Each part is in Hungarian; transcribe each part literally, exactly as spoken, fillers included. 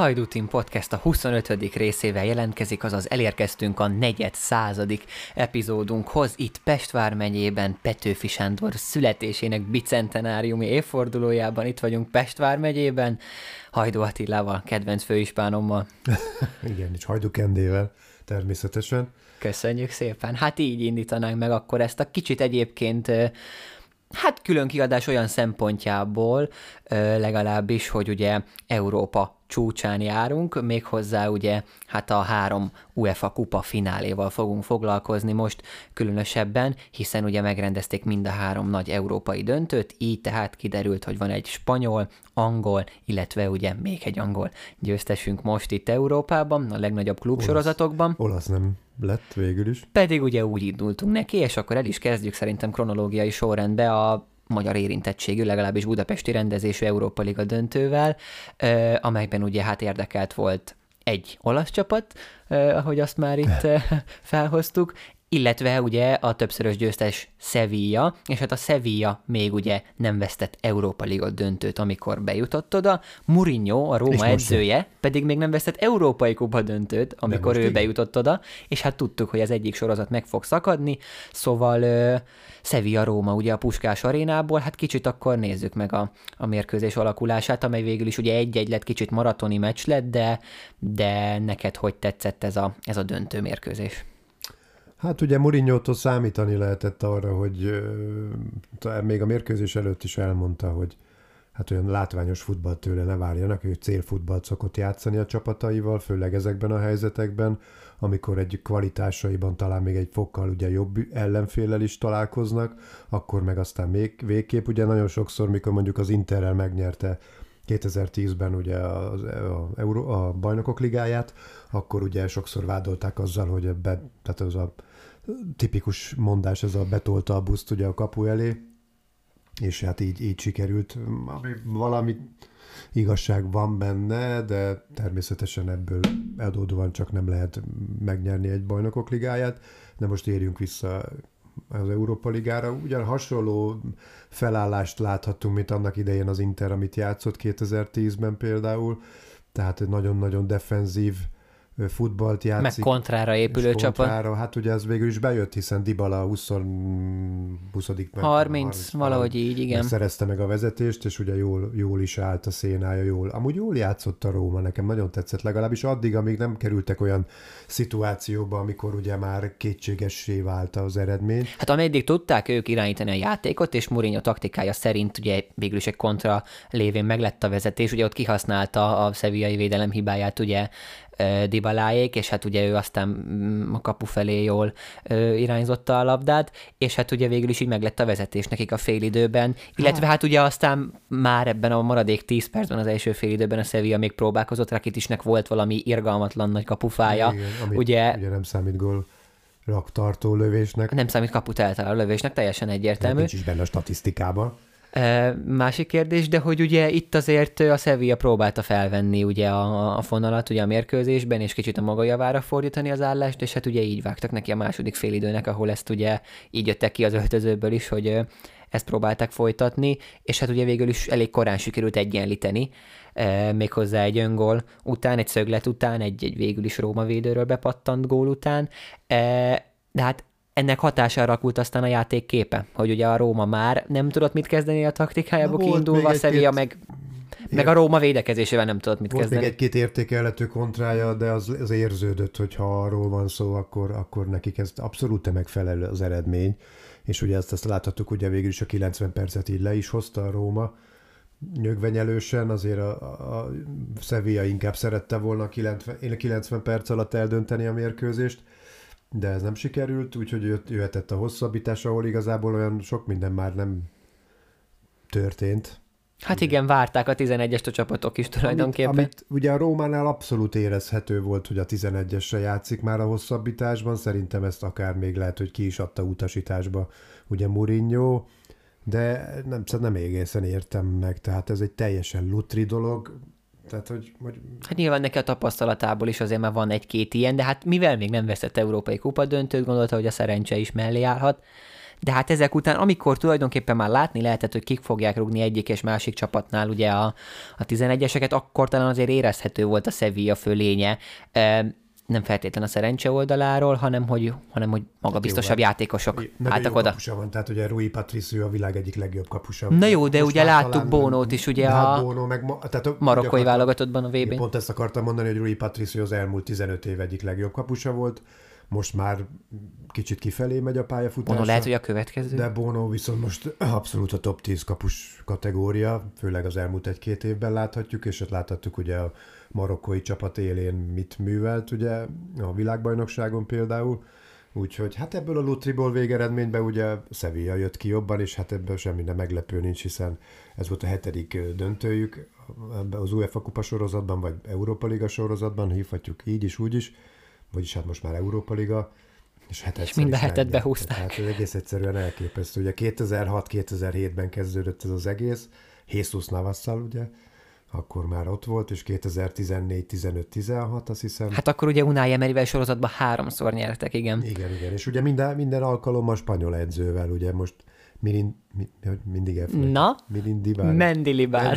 Hajdú Team Podcast a huszonötödik részével jelentkezik, azaz elérkeztünk a negyed századik epizódunkhoz. Itt Pest vármegyében Petőfi Sándor születésének bicentenáriumi évfordulójában itt vagyunk Pest vármegyében, Hajdú Attilával, kedvenc főispánommal. Igen, és Hajdú Kendével természetesen. Köszönjük szépen. Hát így indítanánk meg akkor ezt a kicsit egyébként... Hát külön kiadás olyan szempontjából legalábbis, hogy ugye Európa csúcsán járunk, méghozzá ugye hát a három UEFA kupa fináléval fogunk foglalkozni most különösebben, hiszen ugye megrendezték mind a három nagy európai döntőt, így tehát kiderült, hogy van egy spanyol, angol, illetve ugye még egy angol győztesünk most itt Európában, a legnagyobb klubsorozatokban. Olasz, olasz nem lett végül is. Pedig ugye úgy indultunk neki, és akkor el is kezdjük szerintem kronológiai sorrendbe a magyar érintettségű, legalábbis budapesti rendezésű Európa Liga döntővel, eh, amelyben ugye hát érdekelt volt egy olasz csapat, eh, ahogy azt már itt eh, felhoztuk, illetve ugye a többszörös győztes Sevilla, és hát a Sevilla még ugye nem vesztett Európa Liga döntőt, amikor bejutott oda. Mourinho, a Róma edzője, sem. pedig még nem vesztett Európai Kupa döntőt, amikor ő igen. bejutott oda, és hát tudtuk, hogy az egyik sorozat meg fog szakadni, szóval uh, Sevilla-Róma ugye a Puskás arénából, hát kicsit akkor nézzük meg a, a mérkőzés alakulását, amely végül is ugye egy-egy lett, kicsit maratoni meccs lett, de, de neked hogy tetszett ez a, ez a döntő mérkőzés? Hát ugye Mourinho-tól számítani lehetett arra, hogy euh, még a mérkőzés előtt is elmondta, hogy hát olyan látványos futballt tőle ne várjanak, ő célfutballt szokott játszani a csapataival, főleg ezekben a helyzetekben, amikor egy kvalitásaiban talán még egy fokkal ugye jobb ellenféllel is találkoznak, akkor meg aztán még végképp, ugye nagyon sokszor, mikor mondjuk az Interrel megnyerte kétezer-tízben ugye a, a, Euró, a Bajnokok Ligáját, akkor ugye sokszor vádolták azzal, hogy be, tehát az a tipikus mondás, ez a betolta a buszt ugye a kapu elé, és hát így, így sikerült. Valami igazság van benne, de természetesen ebből adódóan csak nem lehet megnyerni egy Bajnokok Ligáját, de most érjünk vissza az Európa Ligára. Ugyan hasonló felállást láthattunk, mint annak idején az Inter, amit játszott kétezer-tízben például, tehát egy nagyon-nagyon defenzív futballt játszik. Meg kontrára épülő kontrára. csapat. Hát ugye ez végül is bejött, hiszen Dybala huszadik harminc, valahogy így, igen. Szerezte meg a vezetést, és ugye jól, jól is állt a szénája, jól. Amúgy jól játszott a Róma, nekem nagyon tetszett, legalábbis addig, amíg nem kerültek olyan szituációba, amikor ugye már kétségessé vált az eredmény. Hát ameddig tudták ők irányítani a játékot, és Mourinho taktikája szerint ugye végül is egy kontra lévén meglett a vezetés, ugye ott kihasználta a szevillai védelem hibáját, ugye Dybaláék, és hát ugye ő aztán a kapu felé jól ö, irányzotta a labdát, és hát ugye végül is így meglett a vezetés nekik a félidőben, illetve hát ugye aztán már ebben a maradék tíz percben az első félidőben a Sevilla még próbálkozott, Rakitisnek volt valami irgalmatlan nagy kapufája. Igen, amit ugye, ugye nem számít gól raktartó lövésnek. Nem számít kaput eltaláló lövésnek, teljesen egyértelmű. Nincs is benne a statisztikában. Másik kérdés, de hogy ugye itt azért a Sevilla próbálta felvenni ugye a, a fonalat ugye a mérkőzésben, és kicsit a maga javára fordítani az állást, és hát ugye így vágtak neki a második félidőnek, ahol ezt ugye így jöttek ki az öltözőből is, hogy ezt próbálták folytatni, és hát ugye végül is elég korán sikerült egyenlíteni, méghozzá egy öngól után, egy szöglet után, egy, egy végül is Róma védőről bepattant gól után, de hát ennek hatására alakult aztán a játék képe, hogy ugye a Róma már nem tudott mit kezdeni a taktikájából kiindulva, a Sevilla meg, meg a Róma védekezésével nem tudott mit volt kezdeni. Volt még egy-két értékelhető kontrája, de az, az érződött, hogy ha arról van szó, akkor, akkor nekik ez abszolút megfelelő az eredmény, és ugye ezt, ezt láthattuk, ugye végül is a kilencven percet így le is hozta a Róma, nyögvenyelősen, azért a, a Sevilla inkább szerette volna kilencven, kilencven perc alatt eldönteni a mérkőzést, de ez nem sikerült, úgyhogy jöhetett a hosszabbítás, ahol igazából olyan sok minden már nem történt. Hát igen, várták a tizenegyest a csapatok is tulajdonképpen. Amit, amit ugye a Rómánál abszolút érezhető volt, hogy a tizenegyesre játszik már a hosszabbításban, szerintem ezt akár még lehet, hogy ki is adta utasításba ugye Mourinho, de nem, nem egészen értem meg, tehát ez egy teljesen lutri dolog. Tehát, hogy, hogy... Hát nyilván neki a tapasztalatából is azért már van egy-két ilyen, de hát mivel még nem veszett európai kupa döntőt, gondolta, hogy a szerencse is mellé állhat. de hát ezek után, amikor tulajdonképpen már látni lehetett, hogy kik fogják rúgni egyik és másik csapatnál ugye a, a tizenegyeseket, akkor talán azért érezhető volt a Sevilla fölénye. E, nem feltétlen a szerencse oldaláról, hanem hogy, hanem, hogy magabiztosabb jó, játékosok álltak oda. Kapusa van, tehát ugye Rui Patricio a világ egyik legjobb kapusa. Na jó, de most ugye láttuk Bonót is ugye a, Bono, meg ma, tehát a marokkói válogatottban a vé bén. Pont ezt akartam mondani, hogy Rui Patricio az elmúlt tizenöt év egyik legjobb kapusa volt. Most már kicsit kifelé megy a pályafutása. Bono lehet, hogy a következő. De Bono viszont most abszolút a top tíz kapus kategória, főleg az elmúlt egy-két évben láthatjuk, és ott láthattuk ugye a marokkói csapat élén mit művelt ugye a világbajnokságon például. Úgyhogy hát ebből a Lutriból végeredményben ugye Sevilla jött ki jobban, és hát ebből semmi nem meglepő nincs, hiszen ez volt a hetedik döntőjük az UEFA kupa sorozatban, vagy Európa Liga sorozatban, hívhatjuk így is, úgy is, vagyis hát most már Európa Liga, és, és mind a hetet behúzták. Hát ez egész egyszerűen elképesztő. Ugye kétezer-hat kétezer-hétben kezdődött ez az egész, Jesus Navasszal ugye, akkor már ott volt, és kétezer-tizennégy tizenöt tizenhat, azt hiszem. Hát akkor ugye Unai Emeryvel sorozatban háromszor nyertek, igen. Igen, igen, és ugye minden, minden alkalommal spanyol edzővel, ugye most Mirin, mi, mindig elfelejtem. Na? Mirindibár. Mendilibár.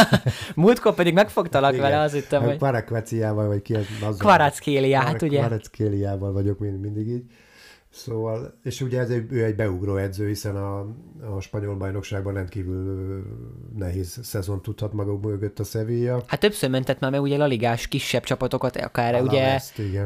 Múltkor pedig megfogtalak vele, azt hittem, hogy... Kvarakveciával, vagy ki az... Kvaratskhelia, hát ugye? Kvaratskhéliával vagyok mind, mindig így. Szóval, és ugye ez egy, ő egy beugró edző, hiszen a, a spanyol bajnokságban rendkívül nehéz szezon tudhat maga mögött a Sevilla. Hát többször mentett már meg ugye laligás kisebb csapatokat, akár ugye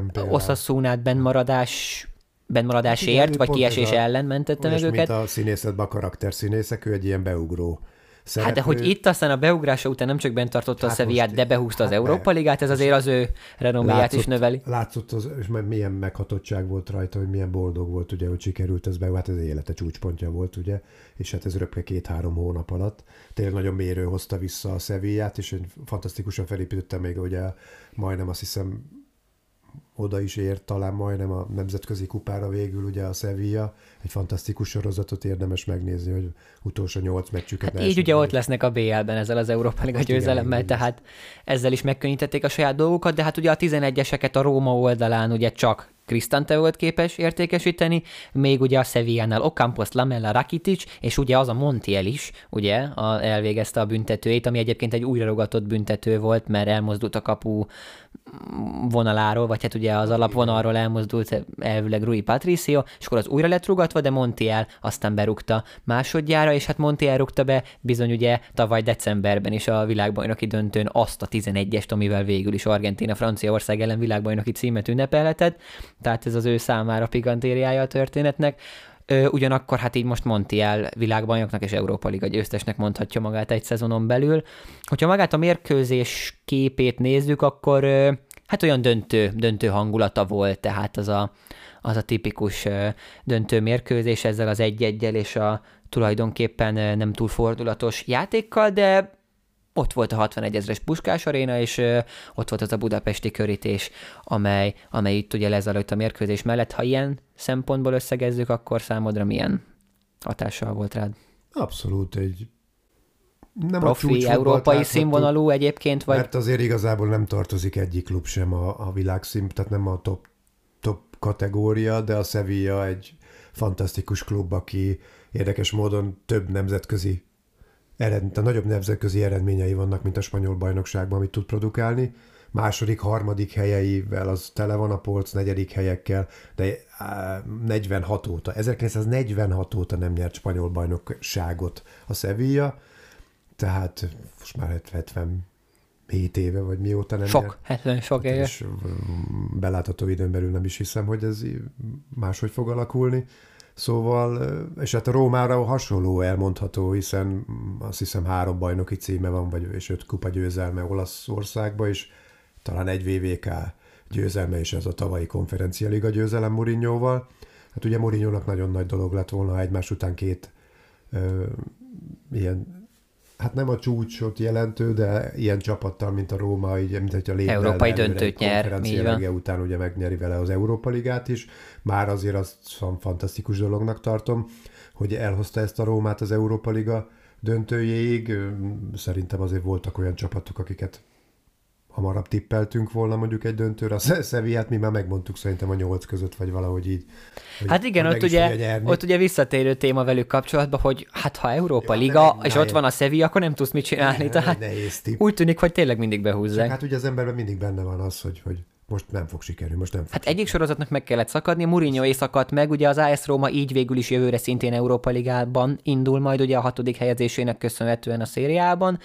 Osasunát bennmaradás bennmaradásért, vagy kiesés ellen mentette meg őket. Mint a színészetben a karakterszínészek, ő egy ilyen beugró szereplő. Hát de hogy itt aztán a beugrása után nem csak bent tartotta hát a Sevillát, de behúzta hát az Európa Ligát, ez azért az ő renoméját is növeli. Látszott, az, és milyen meghatottság volt rajta, hogy milyen boldog volt, ugye, hogy sikerült ez be, hát ez élete csúcspontja volt, ugye, és hát ez röpke két-három hónap alatt. Tényleg nagyon mérő hozta vissza a Sevillát, és fantasztikusan felépítette még, ugye majdnem azt hiszem oda is ért talán majdnem a nemzetközi kupára végül ugye a Sevilla. Egy fantasztikus sorozatot érdemes megnézni, hogy utolsó nyolc meccsüket. Hát így ugye ott lesznek a bé el-ben ezzel az Európa Liga győzelemmel, tehát ezzel is megkönnyítették a saját dolgokat, de hát ugye a tizenegyeseket a Róma oldalán ugye csak Cristante volt képes értékesíteni, még ugye a Sevillánál Ocampos, Lamela, Rakitic, és ugye az a Montiel is, ugye, a, elvégezte a büntetőjét, ami egyébként egy újrarogatott büntető volt, mert elmozdult a kapu vonaláról, vagy hát ugye az alapvonalról elmozdult elvileg Rui Patricio, és akkor az újra lett rugatva, de Montiel aztán berúgta másodjára, és hát Montiel rúgta be bizony ugye tavaly decemberben is a világbajnoki döntőn azt a tizenegyest, amivel végül is Argentína Franciaország ellen világbajnoki címet ünnepelhetett, tehát ez az ő számára pikantériája a történetnek. Ugyanakkor hát így most Montiel világbajnoknak és Európa Liga győztesnek mondhatja magát egy szezonon belül. Hogyha magát a mérkőzés képét nézzük, akkor hát olyan döntő, döntő hangulata volt, tehát az a, az a tipikus döntő mérkőzés ezzel az egy-egyel és a tulajdonképpen nem túl fordulatos játékkal, de ott volt a hatvanegy ezres Puskás aréna, és ö, ott volt az a budapesti körítés, amely, amely itt ugye lezajlott a mérkőzés mellett. Ha ilyen szempontból összegezzük, akkor számodra milyen hatással volt rád? Abszolút egy nem profi, európai színvonalú egyébként? Vagy? Mert azért igazából nem tartozik egyik klub sem a, a világszín, tehát nem a top, top kategória, de a Sevilla egy fantasztikus klub, aki érdekes módon több nemzetközi eredmény, a nagyobb nemzetközi eredményei vannak, mint a spanyol bajnokságban, amit tud produkálni. Második, harmadik helyeivel az tele van a polc, negyedik helyekkel, de negyvenhat óta, ezerkilencszáznegyvenhat óta nem nyert spanyol bajnokságot a Sevilla, tehát most már hetvenhét éve, vagy mióta nem sok, nyert. hetven sok éve. És belátható időn belül nem is hiszem, hogy ez máshogy fog alakulni. Szóval, és hát a Rómára hasonló elmondható, hiszen azt hiszem három bajnoki címe van, vagy és öt kupa győzelme Olaszországba, és talán egy vé vé ká győzelme, és ez a tavalyi konferencialiga győzelem Mourinhoval. Hát ugye Mourinhonak nagyon nagy dolog lett volna, ha egymás után két ö, ilyen, hát nem a csúcsot jelentő, de ilyen csapattal, mint a Róma, így, mint hogyha lépne európai döntőt nyer, konferencialiga után ugye megnyeri vele az Európa Ligát is. Már azért azt fantasztikus dolognak tartom, hogy elhozta ezt a Rómát az Európa Liga döntőjéig. Szerintem azért voltak olyan csapatok, akiket hamarabb tippeltünk volna mondjuk egy döntőre, a Sevillát mi már megmondtuk szerintem a nyolc között, vagy valahogy így. Hát igen, ott ugye, ott ugye visszatérő téma velük kapcsolatban, hogy hát ha Európa ja, Liga, és ott van a Sevilla, akkor nem tudsz mit csinálni. Ne, tehát úgy tűnik, hogy tényleg mindig behúzzák. Csak hát ugye az emberben mindig benne van az, hogy, hogy most nem fog sikerülni, most nem fog Hát sikerülni. egyik sorozatnak meg kellett szakadni, Mourinho szakadt meg, ugye az á es Róma így végül is jövőre szintén Európa Ligában indul majd ugye a hatodik helyezésének köszönhetően a szériában.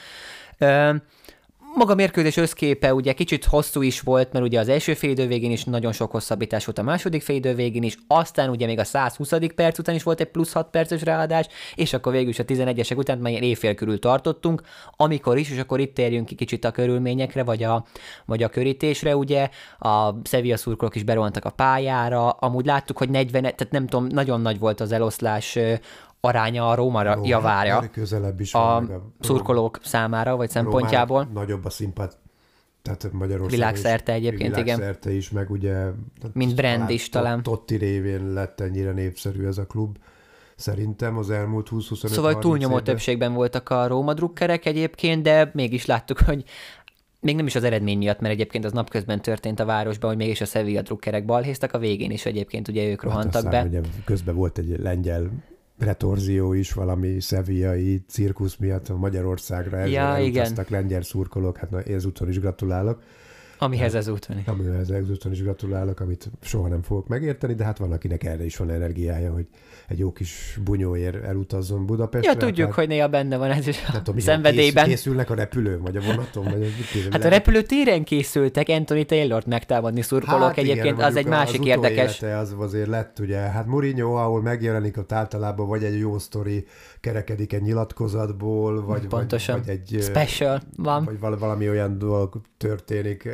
Ö, Maga mérkőzés összképe ugye kicsit hosszú is volt, mert ugye az első félidő végén is nagyon sok hosszabbítás volt, a második félidő végén is, aztán ugye még a százhuszadik perc után is volt egy plusz hat perces ráadás, és akkor végül is a tizenegyesek után már ilyen éjfél körül tartottunk, amikor is, és akkor itt térjünk ki kicsit a körülményekre, vagy a, vagy a körítésre, ugye a Sevilla szurkolók is berohantak a pályára, amúgy láttuk, hogy negyven, tehát nem tudom, nagyon nagy volt az eloszlás aránya a Róma Róm, javára hát közelebb is a, van, a szurkolók számára, vagy szempontjából. Rómának nagyobb a színpad, tehát Magyarországon világszerte egyébként, igen. Világszerte is, meg ugye... Mint brand is talán. Totti révén lett ennyire népszerű ez a klub. Szerintem az elmúlt húsz-huszonöt Szóval túlnyomó évben. Többségben voltak a Róma drukkerek egyébként, de mégis láttuk, hogy még nem is az eredmény miatt, mert egyébként az napközben történt a városban, hogy mégis a Sevilla drukkerek balhéztak, a végén is egyébként ugye ők rohantak hát be. Ugye közben volt egy lengyel retorzió is, valami sevillai cirkusz miatt Magyarországra ja, elutaztak lengyel szurkolók, hát na, ezúton is gratulálok. Amihez ezúton is. Amihez ezúton is gratulálok, amit soha nem fogok megérteni, de hát van, akinek erre is van energiája, hogy egy jó kis bunyóért elutazzon Budapestre. Ja, tudjuk, hát, hogy néha benne van ez is a tudom, szenvedélyben. Kész, készülnek a repülőn, vagy a vonaton, vagy a... Hát a repülőtéren készültek Anthony Taylort megtámadni szurkolók, hát egyébként igen, az egy másik az érdekes. Az azért lett, ugye, hát Mourinho, ahol megjelenik ott általában, vagy egy jó sztori kerekedik egy nyilatkozatból, vagy, pontosan. vagy, vagy egy... Special van. Vagy valami olyan dolog történik,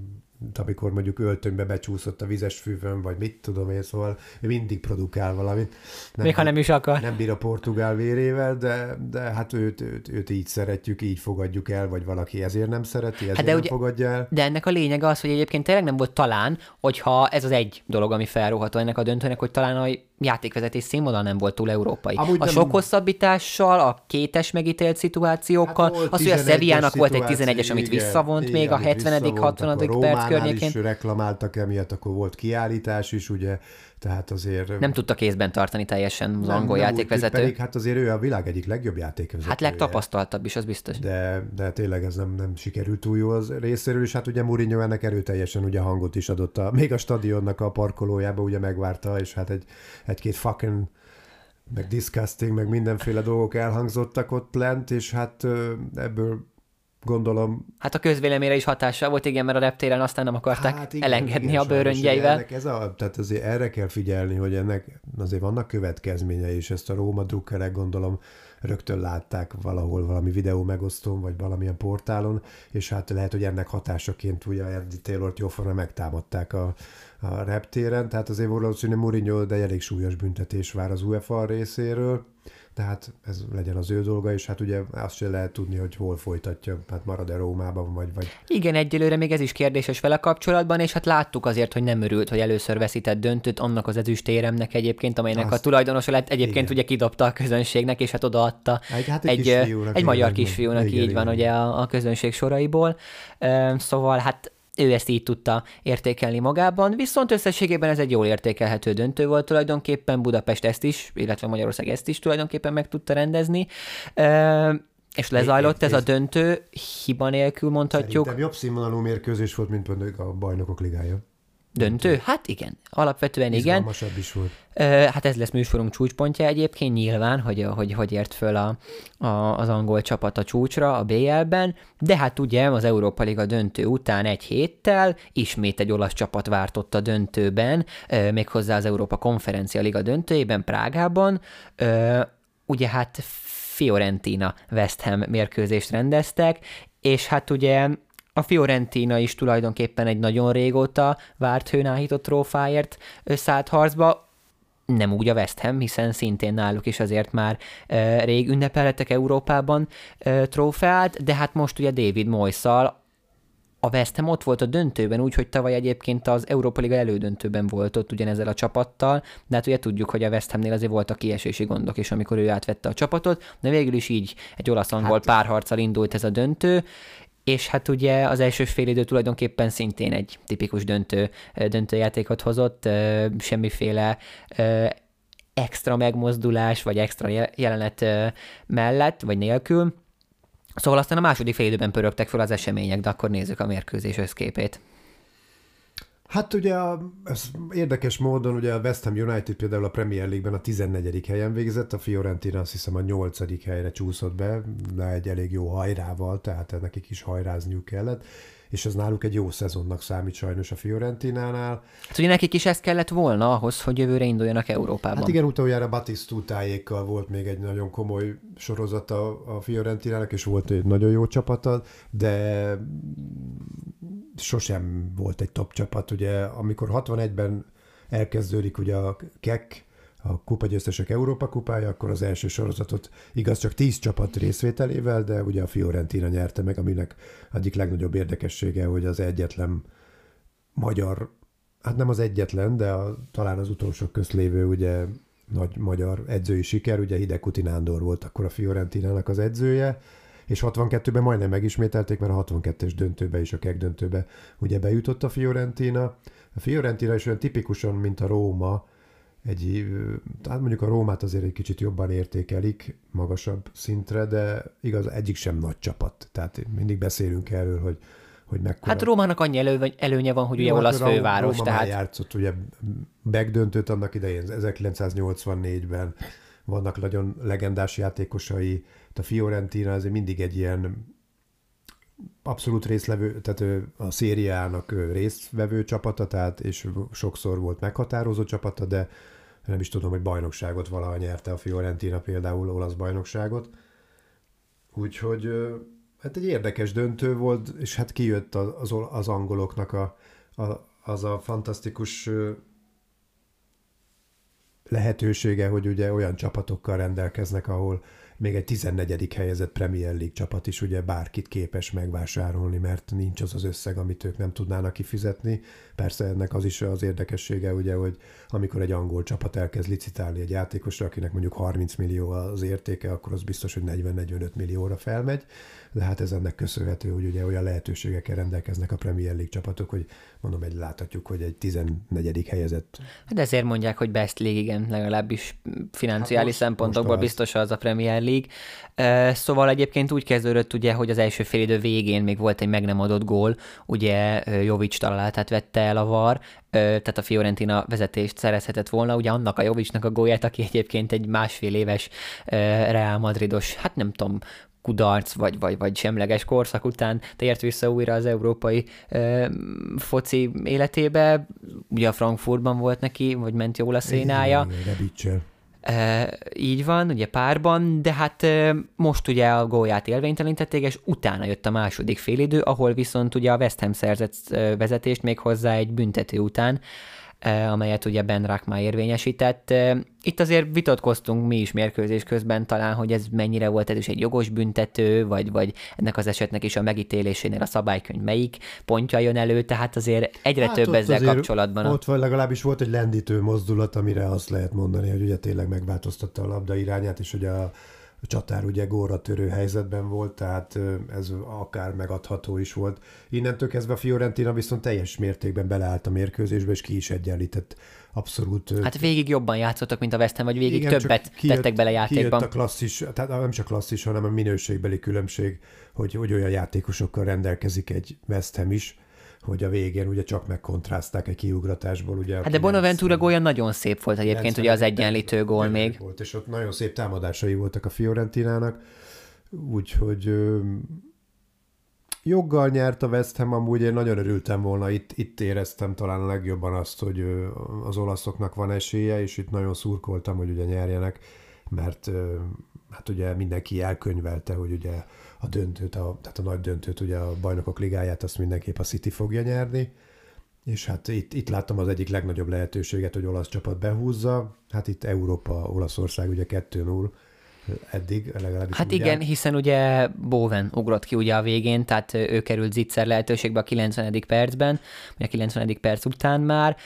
amikor mondjuk öltönybe becsúszott a vizes füvön, vagy mit tudom én, szóval mindig produkál valamit. Nem, Még ha nem is akar. Nem bír a portugál vérével, de, de hát őt, őt, őt így szeretjük, így fogadjuk el, vagy valaki ezért nem szereti, ezért hát de nem ugye, fogadja el. De ennek a lényege az, hogy egyébként tényleg nem volt talán, hogyha ez az egy dolog, ami felróható ennek a döntőnek, hogy talán a játékvezetés színvonal nem volt túl európai. Amúgy a nem... sok hosszabbítással, a kétes megítélt szituációkkal, hát az, hogy a Sevillának volt egy tizenegyes, amit igen, visszavont igen, még a hetvenedik hatvadik perc környékén. Is reklamáltak emiatt, akkor volt kiállítás is, ugye, tehát azért... Nem tudta kézben tartani teljesen az nem, angol nem játékvezető. Pedig hát azért ő a világ egyik legjobb játékvezetője. Hát legtapasztaltabb is, az biztos. De, de tényleg ez nem, nem sikerült túl jó az részéről, és hát ugye Mourinho ennek erőteljesen ugye hangot is adott, a, még a stadionnak a parkolójába ugye megvárta, és hát egy, egy-két fucking meg disgusting, meg mindenféle dolgok elhangzottak ott lent, és hát ebből gondolom... Hát a közvéleményre is hatással volt, igen, mert a reptéren aztán nem akarták hát igen, elengedni igen, a bőröngyeivel. Ez a, tehát azért erre kell figyelni, hogy ennek azért vannak következményei, és ezt a Róma drukkerek gondolom rögtön látták valahol valami videó megosztón, vagy valamilyen portálon, és hát lehet, hogy ennek hatásaként ugye Andy Taylort jóforma megtámadták a, a reptéren, tehát azért valószínűleg Mourinho, de elég súlyos büntetés vár az UEFA részéről, tehát ez legyen az ő dolga, és hát ugye azt sem lehet tudni, hogy hol folytatja, hát marad-e Rómában, vagy... vagy... Igen, egyelőre még ez is kérdéses vele kapcsolatban, és hát láttuk azért, hogy nem örült, hogy először veszített döntőt annak az ezüstéremnek egyébként, amelynek azt... a tulajdonosa lett, egyébként igen. ugye kidobta a közönségnek, és hát odaadta egy, hát egy, egy, kisfiúnak, egy magyar kisfiúnak, igen, így igen, van igen. ugye a, a közönség soraiból. Szóval hát ő ezt így tudta értékelni magában, viszont összességében ez egy jól értékelhető döntő volt tulajdonképpen, Budapest ezt is, illetve Magyarország ezt is tulajdonképpen meg tudta rendezni, és lezajlott ez a döntő, hiba nélkül mondhatjuk. Szerintem jobb színvonalú mérkőzés volt, mint mondjuk a Bajnokok Ligája. Döntő? Hát igen, alapvetően igen. Izgalmasabb is volt. Hát ez lesz műsorunk csúcspontja egyébként nyilván, hogy hogy, hogy ért föl a, a, az angol csapat a csúcsra a bé el-ben, de hát ugye az Európa Liga döntő után egy héttel ismét egy olasz csapat várt ott a döntőben, méghozzá az Európa Konferencia Liga döntőjében, Prágában. Ugye hát Fiorentina West Ham mérkőzést rendeztek, és hát ugye a Fiorentina is tulajdonképpen egy nagyon régóta várt hőnállított trófáért szállt harcba, nem úgy a West Ham, hiszen szintén náluk is azért már e, rég ünnepeltek Európában e, trófeát, de hát most ugye David Moyes-szal a West Ham ott volt a döntőben, úgyhogy tavaly egyébként az Európa Liga elődöntőben volt ott ugyanezzel a csapattal, de hát ugye tudjuk, hogy a West Hamnél azért voltak kiesési gondok is, amikor ő átvette a csapatot, de végül is így egy olasz-angol hát, párharccal indult ez a döntő, és hát ugye az első félidő tulajdonképpen szintén egy tipikus döntő, döntőjátékot hozott, semmiféle extra megmozdulás, vagy extra jelenet mellett, vagy nélkül. Szóval aztán a második félidőben pörögtek fel az események, de akkor nézzük a mérkőzés összképét. Hát ugye ez érdekes módon ugye a West Ham United például a Premier League-ben a tizennegyedik helyen végzett, a Fiorentina azt hiszem a nyolcadik helyre csúszott be, de egy elég jó hajrával, tehát nekik is hajrázniuk kellett, és ez náluk egy jó szezonnak számít sajnos a Fiorentinánál. Hát ugye nekik is ez kellett volna ahhoz, hogy jövőre induljanak Európában. Hát igen, utoljára Batisztútáékkal volt még egy nagyon komoly sorozata a Fiorentinának, és volt egy nagyon jó csapata, de sosem volt egy top csapat. Ugye, amikor hatvanegyben elkezdődik ugye a kek, a kupagyőztesek Európa kupája, akkor az első sorozatot igaz csak tíz csapat részvételével, de ugye a Fiorentina nyerte meg, aminek egyik legnagyobb érdekessége, hogy az egyetlen magyar, hát nem az egyetlen, de a, talán az utolsók közt lévő ugye nagy magyar edzői siker, ugye Hidekuti Nándor volt akkor a Fiorentinának az edzője, és hatvankettőben majdnem megismételték, mert a hatvankettes döntőbe és a kek döntőbe ugye bejutott a Fiorentina. A Fiorentina is olyan tipikusan, mint a Róma, egy, hát mondjuk a Rómát azért egy kicsit jobban értékelik, magasabb szintre, de igaz, egyik sem nagy csapat. Tehát mindig beszélünk erről, hogy, hogy mekkora... Hát Rómának annyi elő, előnye van, hogy ugye olasz főváros. Róma tehát... már játszott ugye backdöntőt annak idején, ezerkilencszáznyolcvannégyben vannak nagyon legendás játékosai, a Fiorentina azért mindig egy ilyen abszolút részlevő, tehát a szériának résztvevő csapata, tehát és sokszor volt meghatározó csapata, de nem is tudom, hogy bajnokságot valaha nyerte a Fiorentina, például olasz bajnokságot. Úgyhogy hát egy érdekes döntő volt, és hát kijött az, az angoloknak a, a, az a fantasztikus lehetősége, hogy ugye olyan csapatokkal rendelkeznek, ahol még egy tizennegyedik helyezett Premier League csapat is ugye bárkit képes megvásárolni, mert nincs az az összeg, amit ők nem tudnának kifizetni. Persze ennek az is az érdekessége, ugye, hogy amikor egy angol csapat elkezd licitálni egy játékosra, akinek mondjuk harminc millió az értéke, akkor az biztos, hogy negyven-negyvenöt millióra felmegy, de hát ez ennek köszönhető, hogy ugye olyan lehetőségekkel rendelkeznek a Premier League csapatok, hogy mondom, egy láthatjuk, hogy egy tizennegyedik helyezett. De ezért mondják, hogy best league, igen, legalábbis financiális hát most, szempontokból most biztos az a Premier League. Szóval egyébként úgy kezdődött, ugye, hogy az első félidő végén még volt egy meg nem adott gól, ugye Jovic találatát vette el a VAR, tehát a Fiorentina vezetést szerezhetett volna, ugye annak a Jovicnak a gólját, aki egyébként egy másfél éves Real Madridos, hát nem tudom, kudarc, vagy, vagy, vagy semleges korszak után tért vissza újra az európai ö, foci életébe. Ugye a Frankfurtban volt neki, vagy ment jól a szénája. E, így van, ugye párban, de hát e, most ugye a gólját élvénytelenítették, és utána jött a második félidő, ahol viszont ugye a West Ham szerzett e, vezetést még hozzá egy büntető után, e, amelyet ugye Ben Rachma érvényesített. E, itt azért vitatkoztunk mi is mérkőzés közben talán, hogy ez mennyire volt ez is egy jogos büntető, vagy, vagy ennek az esetnek is a megítélésénél a szabálykönyv melyik pontja jön elő, tehát azért egyre hát több ezzel kapcsolatban. Ott vagy legalábbis volt egy lendítő mozdulat, amire azt lehet mondani, hogy ugye tényleg megváltoztatta a labda irányát, és ugye a a csatár ugye gólra törő helyzetben volt, tehát ez akár megadható is volt. Innentől kezdve a Fiorentina viszont teljes mértékben beleállt a mérkőzésbe, és ki is egyenlített abszolút. Hát végig jobban játszottak, mint a West Ham, vagy végig igen, többet kijött, tettek bele játékban. Kijött a klasszis, tehát nem csak klasszis, hanem a minőségbeli különbség, hogy, hogy olyan játékosokkal rendelkezik egy West Ham is, hogy a végén ugye csak megkontrázták egy kiugratásból. Ugye, hát de Bonaventura gólja nagyon szép volt egyébként, ugye az egyenlítő gól még. Volt, és ott nagyon szép támadásai voltak a Fiorentinának, úgyhogy ö, joggal nyert a West Ham, amúgy én nagyon örültem volna, itt, itt éreztem talán a legjobban azt, hogy ö, az olaszoknak van esélye, és itt nagyon szurkoltam, hogy ugye nyerjenek, mert ö, hát ugye mindenki elkönyvelte, hogy ugye a döntőt, a, tehát a nagy döntőt, ugye a Bajnokok Ligáját, azt mindenképp a City fogja nyerni, és hát itt, itt láttam az egyik legnagyobb lehetőséget, hogy olasz csapat behúzza, hát itt Európa, Olaszország ugye kettő null eddig legalábbis. Hát igen, áll. Hiszen ugye Bowen ugrott ki ugye a végén, tehát ő került Zicser lehetőségbe a kilencvenedik percben, vagy a kilencvenedik perc után már.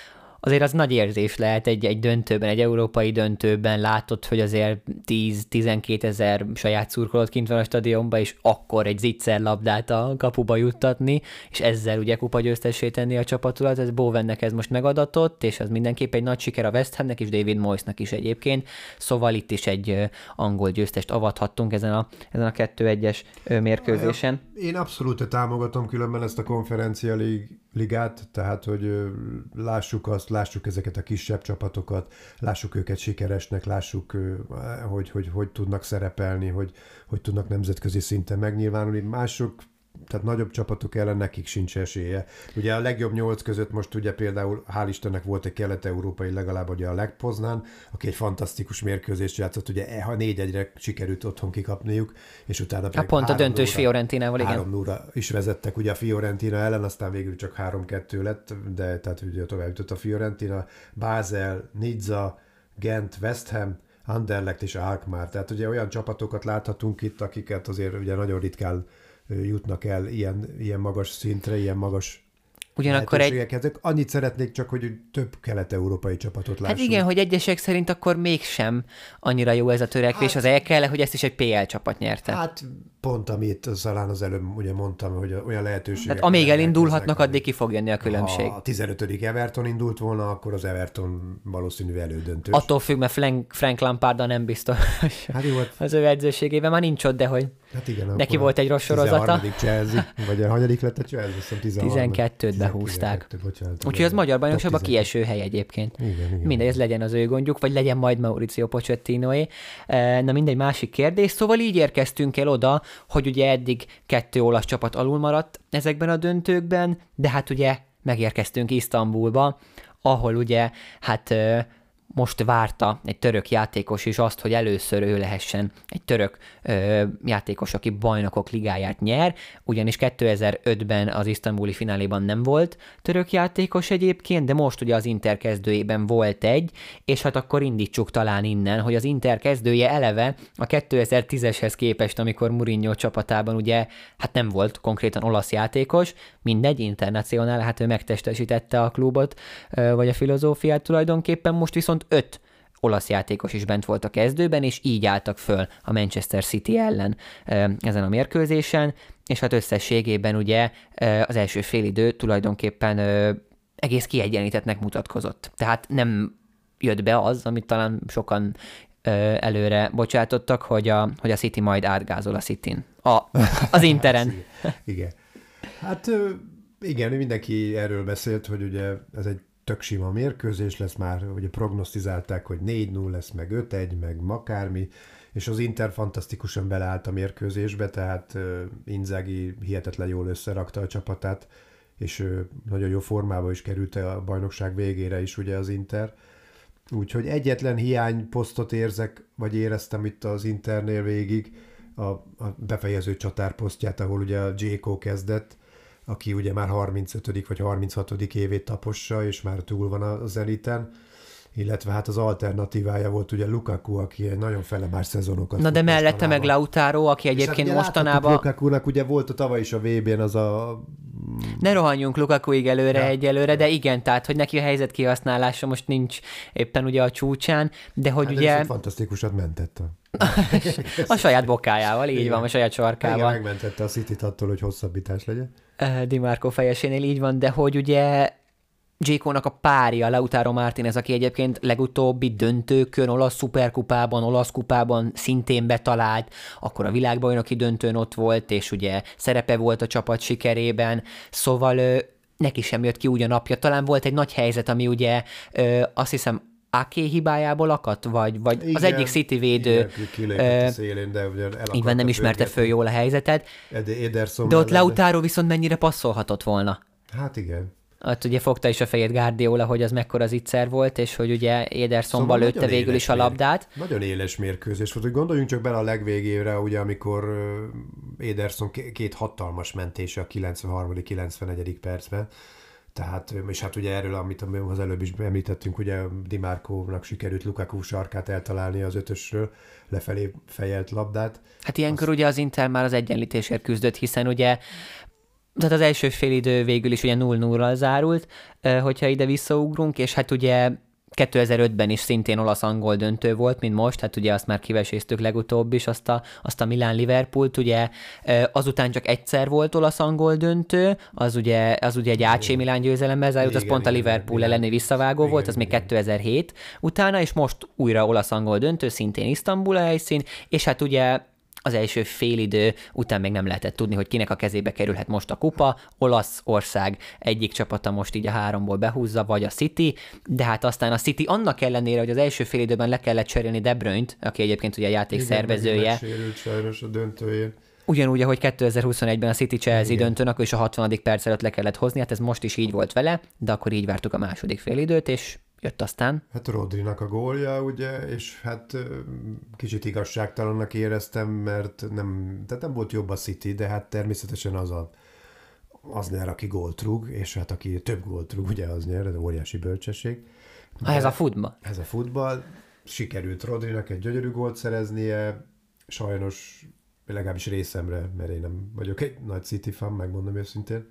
azért az nagy érzés lehet egy, egy döntőben, egy európai döntőben látod, hogy azért tíz-tizenkét ezer saját szurkolót kint van a stadionban, és akkor egy zicser labdát a kapuba juttatni, és ezzel ugye kupagyőztessé tenni a csapatodat, ez Bowennek ez most megadatott, és az mindenképp egy nagy siker a West Hamnek és David Moyesnak is egyébként, szóval itt is egy angol győztest avathattunk ezen a, ezen a kettő egyes mérkőzésen. Én abszolút támogatom különben ezt a konferencia ligát, tehát hogy lássuk azt, lássuk ezeket a kisebb csapatokat, lássuk őket sikeresnek, lássuk, hogy hogy, hogy tudnak szerepelni, hogy, hogy tudnak nemzetközi szinten megnyilvánulni. Mások, tehát nagyobb csapatok ellen nekik sincs esélye. Ugye a legjobb nyolc között most ugye például hál' Istennek volt egy kelet-európai, legalább ugye a Lech Poznán, aki egy fantasztikus mérkőzést játszott, ugye ha négy egyre sikerült otthon kikapniuk, és utána pedig pont a döntős Fiorentinával, igen. három nulla is vezettek ugye a Fiorentina ellen, aztán végül csak három kettő lett, de tehát ugye tovább jutott a Fiorentina, Basel, Nizza, Gent, West Ham, Anderlecht és Alkmaar. Tehát ugye olyan csapatokat láthatunk itt, akiket azért ugye nagyon ritkán jutnak el ilyen, ilyen magas szintre, ilyen magas ugyanakkor egy... Annyit szeretnék csak, hogy több kelet-európai csapatot lássunk. Hát igen, hogy egyesek szerint akkor mégsem annyira jó ez a törekvés, hát, az el kell, hogy ezt is egy pé el csapat nyerte. Hát pont, amit talán az előbb ugye mondtam, hogy olyan lehetőségek... Hát amíg elindulhatnak, addig ki fog jönni a különbség. Ha a tizenötödik Everton indult volna, akkor az Everton valószínű elődöntős. Attól függ, mert Frank Lampard nem biztos. Hát jó, az ő edzőségében már nincs ott, de hogy hát igen, neki volt egy rossz sorozata. tizenharmadik Chelsea, vagy a hanyadik lett a Chelsea? tizenkettőt behúzták. Úgyhogy az magyar bajnokságban a kieső hely egyébként. Igen, igen. Mindegy, ez legyen az ő gondjuk, vagy legyen majd Mauricio Pochettinoé. Na mindegy, másik kérdés. Szóval így érkeztünk el oda, hogy ugye eddig kettő olasz csapat alul maradt ezekben a döntőkben, de hát ugye megérkeztünk Isztambulba, ahol ugye hát most várta egy török játékos is azt, hogy először ő lehessen egy török ö, játékos, aki bajnokok ligáját nyer, ugyanis kétezer-ötben az isztambuli fináléban nem volt török játékos egyébként, de most ugye az Inter kezdőjében volt egy, és hát akkor indítsuk talán innen, hogy az Inter kezdője eleve a kétezer-tízeshez képest, amikor Mourinho csapatában ugye hát nem volt konkrétan olasz játékos, mindegy, internacionál, hát ő megtestesítette a klubot, vagy a filozófiát tulajdonképpen, most viszont öt olasz játékos is bent volt a kezdőben, és így álltak föl a Manchester City ellen ezen a mérkőzésen, és hát összességében ugye az első félidő tulajdonképpen egész kiegyenlítettnek mutatkozott. Tehát nem jött be az, amit talán sokan előre bocsátottak, hogy a, hogy a City majd átgázol a Cityn. A, az Interen. Igen. Hát igen, mindenki erről beszélt, hogy ugye ez egy tök sima mérkőzés lesz már, ugye prognosztizálták, hogy négy null lesz, meg öt egy, meg akármi, és az Inter fantasztikusan beleállt a mérkőzésbe, tehát uh, Inzaghi hihetetlen jól összerakta a csapatát, és uh, nagyon jó formába is került a bajnokság végére is ugye az Inter. Úgyhogy egyetlen hiányposztot érzek, vagy éreztem itt az Internél végig, a, a befejező csatárposztját, ahol ugye a Dzeko kezdett, aki ugye már harmincötödik vagy harminchatodik évét tapossa, és már túl van a Zeniten, illetve hát az alternatívája volt ugye Lukaku, aki egy nagyon felemás szezonokat. Na de mellette mostanában. Meg Lautaro, aki egyébként hát mostanában... Lukakunak ugye volt a tavaly is a vé bén az a... Ne rohanjunk Lukakuig előre ja. egyelőre, de igen, tehát, hogy neki a helyzet kihasználása most nincs éppen ugye a csúcsán, de hogy hát ugye... De fantasztikusat mentett a... a saját bokájával, így igen. van, a saját sarkával. Igen, megmentette a Cityt attól, hogy hosszabbítás legyen. Di Marco fejesénél így van, de hogy ugye Dzékónak a párja, Lautaro Martínez, aki egyébként legutóbbi döntőkön, olasz szuperkupában, olasz kupában szintén betalált, akkor a világbajnoki döntőn ott volt, és ugye szerepe volt a csapat sikerében, szóval neki sem jött ki úgy a napja. Talán volt egy nagy helyzet, ami ugye azt hiszem Aké hibájából akadt, vagy, vagy igen, az egyik City védő igen, szélén, de így van, nem ismerte föl jól a helyzetet, Ederson de ott Lautaro viszont mennyire passzolhatott volna. Hát igen. Ott ugye fogta is a fejét Guardiola, hogy az mekkora zicser volt, és hogy ugye Edersonba szóval lőtte végül is a labdát. Mér... Nagyon éles mérkőzés volt, hogy gondoljunk csak bele a legvégére, ugye amikor Ederson két hatalmas mentése a kilencvenharmadik kilencvennegyedik percben. Tehát, és hát ugye erről, amit az előbb is említettünk, ugye Di Marco-nak sikerült Lukaku sarkát eltalálni az ötösről, lefelé fejelt labdát. Hát ilyenkor az... ugye az Inter már az egyenlítésért küzdött, hiszen ugye tehát az első félidő végül is ugye nulla nullral zárult, hogyha ide visszaugrunk, és hát ugye kétezer-ötben is szintén olasz-angol döntő volt, mint most, hát ugye azt már kiveséztük legutóbb is, azt a, azt a Milán-Liverpoolt, ugye azután csak egyszer volt olasz-angol döntő, az ugye, az ugye egy á cé Milán győzelemmel zárult, az pont a Liverpool igen, elleni visszavágó igen, volt, az igen, még kétezer-hét utána, és most újra olasz-angol döntő, szintén Isztambul a helyszín, és hát ugye az első félidő után még nem lehetett tudni, hogy kinek a kezébe kerülhet most a kupa. Olaszország egyik csapata most így a háromból behúzza, vagy a City, de hát aztán a City annak ellenére, hogy az első félidőben le kellett cserélni De Bruyne-t, aki egyébként ugye a játék igen, szervezője. Megsérült sajnos a döntőjén. Ugyanúgy, ahogy kétezer-huszonegyben a City-Chelsea döntőn, akkor is a hatvanadik perc előtt le kellett hozni, hát ez most is így volt vele, de akkor így vártuk a második félidőt, és jött aztán. Hát Rodrinak a gólja, ugye, és hát kicsit igazságtalannak éreztem, mert nem, tehát nem volt jobb a City, de hát természetesen az a, az nyer, aki gólt rúg, és hát aki több gólt rúg, ugye az nyer, ez óriási bölcsesség. De ez a futball. Ez a futball. Sikerült Rodrinak egy gyönyörű gólt szereznie, sajnos legalábbis részemre, mert én nem vagyok egy nagy City fan, megmondom őszintén,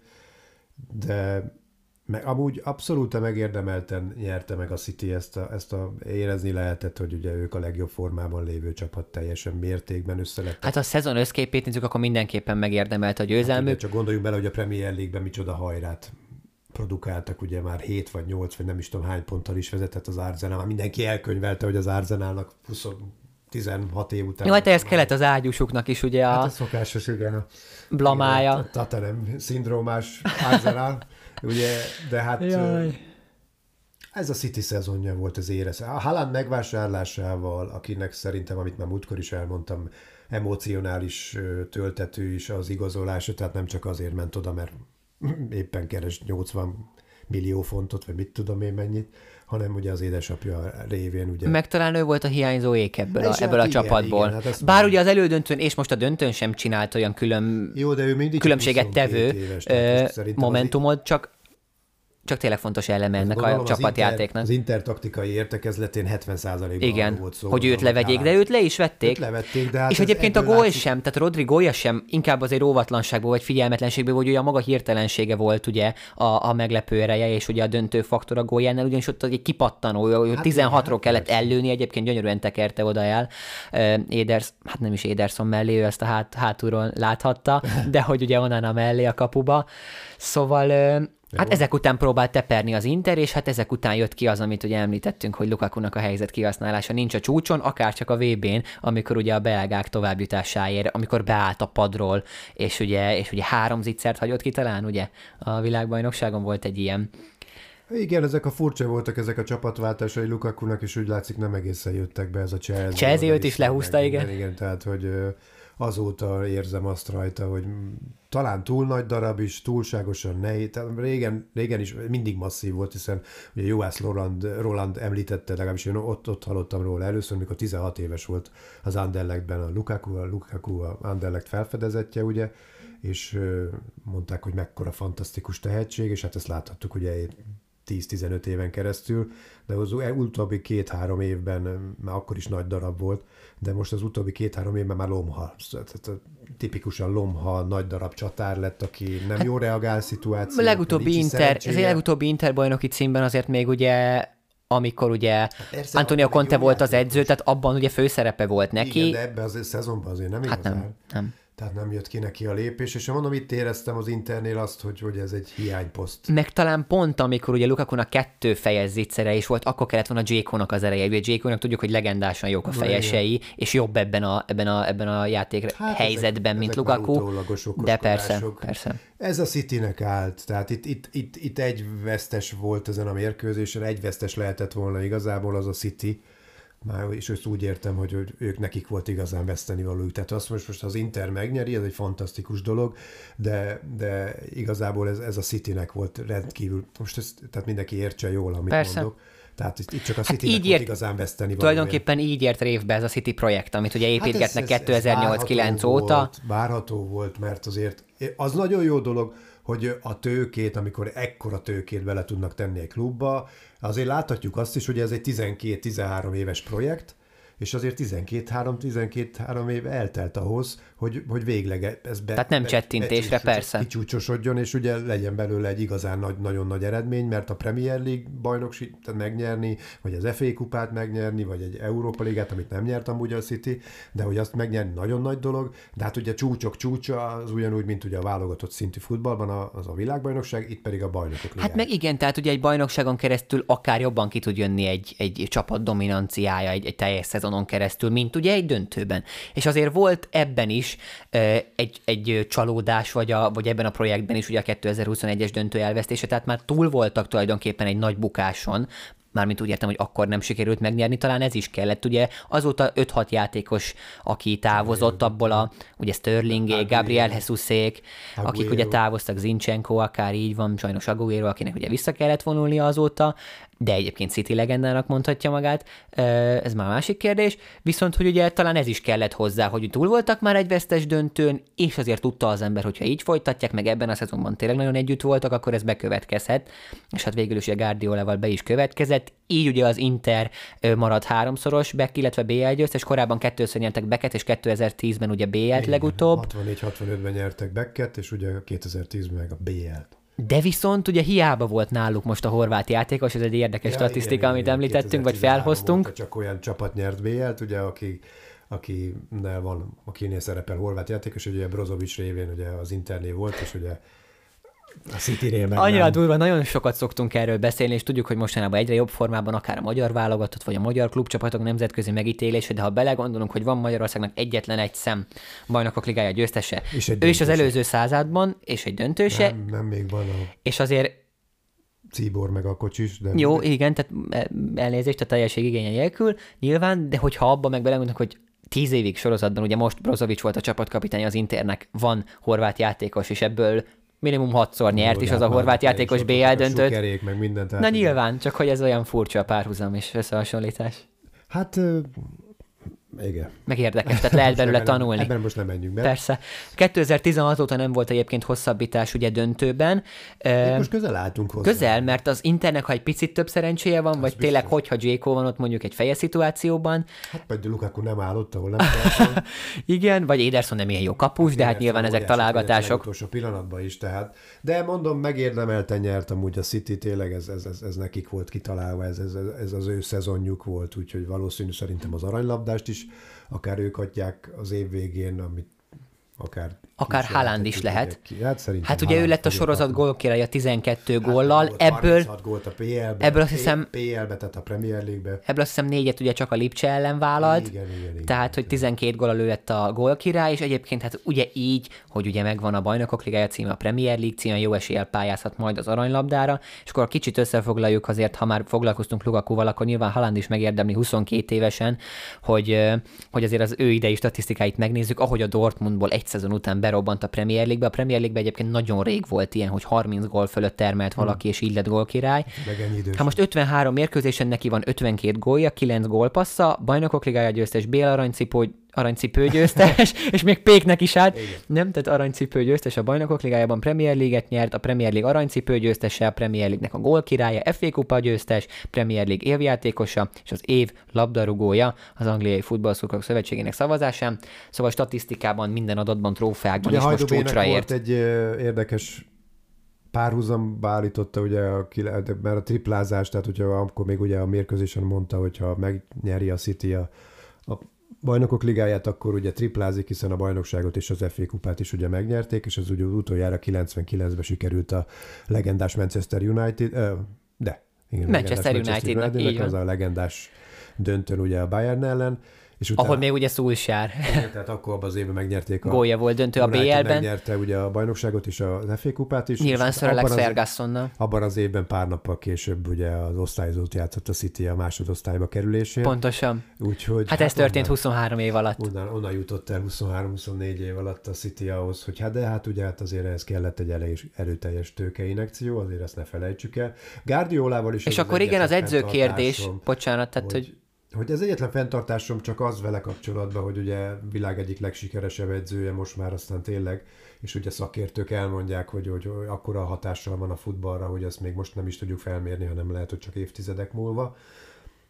de meg amúgy abszolút megérdemelten nyerte meg a City, ezt a, ezt a érezni lehetett, hogy ugye ők a legjobb formában lévő csapat teljesen mértékben összelettek. Hát a szezon összképét nézzük, akkor mindenképpen megérdemelt a győzelmük. Hát, csak gondoljunk bele, hogy a Premier League-ben micsoda hajrát produkáltak, ugye már hét vagy nyolc, vagy nem is tudom hány ponttal is vezetett az Arsenal. Már mindenki elkönyvelte, hogy az Arsenalnak húsz, tizenhat év után. Jó, hát ez kellett az ágyúsuknak is, ugye a... Hát a szokásos, igen. A, blamája. A Tottenham szindrómás Arsenal. Ugye, de hát Jaj. ez a City szezonja volt az érez. A Haaland megvásárlásával, akinek szerintem, amit már múltkor is elmondtam, emocionális töltető is az igazolása, tehát nem csak azért ment oda, mert éppen keres nyolcvan millió fontot, vagy mit tudom én mennyit, hanem ugye az édesapja révén. Ugye... Meg talán ő volt a hiányzó ék ebből, a, ebből hát a igen, csapatból. Igen, hát Bár ugye az elődöntőn és most a döntőn sem csinált olyan külön, Jó, de ő mindig különbséget tevő éves, momentumot, csak Csak tényleg fontos eleme ennek a csapatjátéknak. Az Inter taktikai értekezletén hetven százalékban igen, volt szó. hogy őt levegyék, de őt le is vették. Őt levették, de hát és egyébként a gól látszik... sem, tehát Rodri gólja sem, inkább azért óvatlanságból vagy figyelmetlenségből, vagy ugye a maga hirtelensége volt ugye a, a meglepő ereje, és ugye a döntő faktor a góljánál, ugyanis ott egy kipattanó, hát tizenhatról kellett ellőni, egyébként gyönyörűen tekerte oda el. Éders, hát nem is Ederson mellé, ő ezt a hát, hátulról láthatta, de hogy ugye Onana mellé a kapuba. Szóval... Hát ezek után próbált teperni az Inter, és hát ezek után jött ki az, amit ugye említettünk, hogy Lukakunak a helyzet kihasználása nincs a csúcson, akár csak a vé bén, amikor ugye a belgák továbbjutásáért, amikor beállt a padról, és ugye, és ugye három zicsert hagyott ki talán, ugye a világbajnokságon volt egy ilyen. Igen, ezek a furcsa voltak, ezek a csapatváltásai Lukakunak, és úgy látszik nem egészen jöttek be ez a Chelsea. Chelsea őt is lehúzta, meg, igen. igen. Igen, tehát hogy azóta érzem azt rajta, hogy talán túl nagy darab is, túlságosan nehéz. Régen, régen is mindig masszív volt, hiszen ugye Joas Roland, Roland említette, legalábbis én ott, ott hallottam róla először, mikor tizenhat éves volt az Anderlechtben a Lukaku, a Lukaku a Anderlecht felfedezetje, ugye, és mondták, hogy mekkora fantasztikus tehetség, és hát ezt láthattuk ugye tíz-tizenöt éven keresztül, de az utóbbi két-három évben már akkor is nagy darab volt, de most az utóbbi két-három évben már lomha. Tehát tipikusan lomha, nagy darab csatár lett, aki nem hát, jó reagál szituációt. A legutóbbi Inter, ez a legutóbbi Inter bajnoki címben azért még ugye amikor ugye persze, Antonio Conte volt az edző, tehát abban ugye főszerepe volt neki. Igen, de ebben az szezonban azért nem igazán. Hát nem, nem. Tehát nem jött ki neki a lépés, és mondom, itt éreztem az Internél azt, hogy, hogy ez egy hiányposzt. Meg talán pont, amikor ugye Lukakunak kettő fejes zicsere is volt, akkor kellett volna Dzsékónak az ereje. Ugye Dzsékónak tudjuk, hogy legendásan jók a fejesei, és jobb ebben a, ebben a, ebben a játék hát helyzetben, ezek, mint ezek Lukaku. De persze, persze. Ez a Citynek állt, tehát itt, itt, itt, itt egy vesztes volt ezen a mérkőzésen, egy vesztes lehetett volna igazából az a City. Már, és ezt úgy értem, hogy, hogy ők nekik volt igazán vesztenivalójuk. Tehát azt most, most az Inter megnyeri, ez egy fantasztikus dolog, de, de igazából ez, ez a Citynek volt rendkívül, most ezt, tehát mindenki értse jól, amit Persze. mondok. Tehát itt csak a hát Citynek volt ért, igazán vesztenivalója. Tulajdonképpen így ért révbe ez a City projekt, amit ugye építgetnek hát kétezer-nyolc-kilenc óta. Volt, várható volt, mert azért az nagyon jó dolog, hogy a tőkét, amikor ekkora tőkét bele tudnak tenni egy klubba, azért láthatjuk azt is, hogy ez egy tizenkét-tizenhárom éves projekt, és azért tizenkét három tizenkét három év eltelt ahhoz, hogy, hogy végleg ez be, Tehát nem be, csettintésre, persze. kicsúcsosodjon, és ugye legyen belőle egy igazán nagy, nagyon nagy eredmény, mert a Premier League bajnokságot megnyerni, vagy az ef á kupát megnyerni, vagy egy Európa Ligát, amit nem nyert amúgy a City, de hogy azt megnyerni nagyon nagy dolog, de hát ugye csúcsok csúcsa az ugyanúgy, mint ugye a válogatott szintű futballban az a világbajnokság, itt pedig a bajnokok ligája. Hát meg igen, tehát ugye egy bajnokságon keresztül akár jobban ki tud jönni egy, egy csapat dominanciája egy, egy teljes szezonon keresztül, mint ugye egy döntőben. És azért volt ebben is uh, egy, egy csalódás, vagy, a, vagy ebben a projektben is ugye a kétezer-huszonegyes döntő elvesztése, tehát már túl voltak tulajdonképpen egy nagy bukáson, mármint úgy értem, hogy akkor nem sikerült megnyerni, talán ez is kellett. Ugye azóta öt-hat játékos, aki távozott abból a, ugye Sterlingé, Gabriel Jesusék, akik ugye távoztak, Zinchenko, akár így van, sajnos Agüero, akinek ugye vissza kellett vonulnia azóta, de egyébként City legendának mondhatja magát, ez már másik kérdés, viszont hogy ugye talán ez is kellett hozzá, hogy túl voltak már egy vesztes döntőn, és azért tudta az ember, hogyha így folytatják, meg ebben a szezonban tényleg nagyon együtt voltak, akkor ez bekövetkezhet, és hát végül is a Guardiolával be is következett, így ugye az Inter marad háromszoros Beck, illetve bé el győztes, korábban kettőször nyertek Becket, és kétezer-tízben ugye bé el-t legutóbb. hatvannégy hatvanötben nyertek Becket, és ugye kétezer-tízben meg a bé el-t. De viszont ugye hiába volt náluk most a horvát játékos, ez egy érdekes ja, statisztika, igen, amit igen, említettünk, vagy felhoztunk. Csak olyan csapat nyert bé el-t, ugye, aki, akinél van, akinél szerepel horvát játékos, ugye Brozovic révén ugye az Internél volt, és ugye a Citynél meg annyira nem. durva, nagyon sokat szoktunk erről beszélni, és tudjuk, hogy mostanában egyre jobb formában akár a magyar válogatott, vagy a magyar klubcsapatok nemzetközi megítélése, de ha belegondolunk, hogy van Magyarországnak egyetlen egy szem bajnokok ligája győztese, és ő is az előző században, és egy döntőse. Nem, nem még van a... És azért Cibor meg a kocsis, de... Jó, igen, tehát elnézést a teljesség igénye nélkül, nyilván, de hogyha abban meg belegondolunk, hogy tíz évig sorozatban, ugye most Brozovic volt a csapatkapitány az Internek, van horvát játékos, és ebből minimum hatszor nyert is az a horvát játékos bé el döntőt. Kerék, meg mindent. Na nyilván, csak hogy ez olyan furcsa a párhuzam és összehasonlítás. Hát, igen. Meg érdekes, tehát lehet belőle tanulni. Ebben most nem menjünk be. Persze. kétezer-tizenhat óta nem volt egyébként hosszabbítás ugye döntőben. Itt most közel álltunk hozzá. Közel, mert az Internek, ha egy picit több szerencséje van, az vagy biztos. Tényleg, hogyha Dzséko van ott mondjuk egy fejes szituációban. Hát vagy Lukaku nem áll ott, ahol nem kell. Igen, vagy Ederson nem ilyen jó kapus, hát de hát nyilván ezek találgatások. Utolsó pillanatban is, tehát. De mondom, megérdemelten nyert amúgy a City, tényleg ez, ez, ez, ez nekik volt kitalálva, ez, ez, ez az ő szezonjuk volt, úgyhogy valószínű szerintem az aranylabdást is akár ők adják az év végén, amit akár... Akár Haaland is lehet. Hát, hát ugye ő lett a sorozat gólkirálya tizenkettő góllal, hát, ebből... gólt a pé el-be, ebből azt hiszem... pé el-be, tehát a Premier League-be. Ebből azt hiszem négyet ugye csak a Lipcse ellen vállalt, igen, igen, igen, tehát igen, hogy tizenkét góllal ő lett a gólkirály, és egyébként hát ugye így, hogy ugye megvan a Bajnokok Ligája címe, a Premier League címe, jó eséllyel pályázhat majd az aranylabdára, és akkor kicsit összefoglaljuk azért, ha már foglalkoztunk Lukakuval, akkor nyilván Haaland is megérdemli huszonkét évesen, hogy, hogy azért az ő idei statisztikáit megnézzük, ahogy a Dortmundból egy szezon után berobbant a Premier League-be. A Premier League-be egyébként nagyon rég volt ilyen, hogy harminc gól fölött termelt valaki, hmm. és így lett gólkirály. Hát most ötvenhárom mérkőzésen neki van ötvenkét gólja, kilenc gólpassza, Bajnokok Ligája győztes, bé el aranycipő, aranycipő győztes, és még Péknek is állt. Nem, tehát aranycipő győztes a Bajnokok Ligájában, Premier League-et nyert, a Premier League aranycipő győztese, a Premier League-nek a gólkirálya, ef á kupa győztes, Premier League évjátékosa, és az év labdarúgója az Angliai Futballszurkolók Szövetségének szavazásán. Szóval statisztikában, minden adatban, trófeákban is most csúcsra ért. Volt egy uh, érdekes párhuzamba állította, ugye, a, mert a triplázás, tehát hogyha akkor még ugye a mérkőzésen mondta, hogyha megnyeri a City a, a Bajnokok Ligáját, akkor ugye triplázik, hiszen a bajnokságot és az ef á kupát is ugye megnyerték, és az ugye utoljára kilencvenkilencben sikerült a legendás Manchester United, uh, de igen, Manchester United, United így az a legendás döntőn ugye a Bayern ellen. És utána, ahol még ugye Solskjaer. Igen, tehát akkor abban az évben megnyerték a... Gólya volt döntő a bé el-ben. Megnyerte ugye a bajnokságot és az ef á kupát is. Nyilván Sir Alex Fergusonnal. Abban az évben pár nappal később ugye az osztályozót játszott a City a másodosztályba kerülésén. Pontosan. Úgyhogy, hát, hát ez történt onnan, huszonhárom év alatt. Onnan, onnan jutott el huszonhárom-huszonnégy év alatt a City ahhoz, hogy hát de hát ugye hát azért ez kellett egy elég erőteljes tőkeinjekció, azért ezt ne felejtsük el. Guardiolával is... És akkor igen, az edzőkérdés, bocsánat, tehát hogy, hogy hogy ez egyetlen fenntartásom csak az vele kapcsolatban, hogy ugye világ egyik legsikeresebb edzője most már aztán tényleg, és ugye szakértők elmondják, hogy, hogy, hogy akkora hatással van a futballra, hogy ezt még most nem is tudjuk felmérni, hanem lehet, hogy csak évtizedek múlva.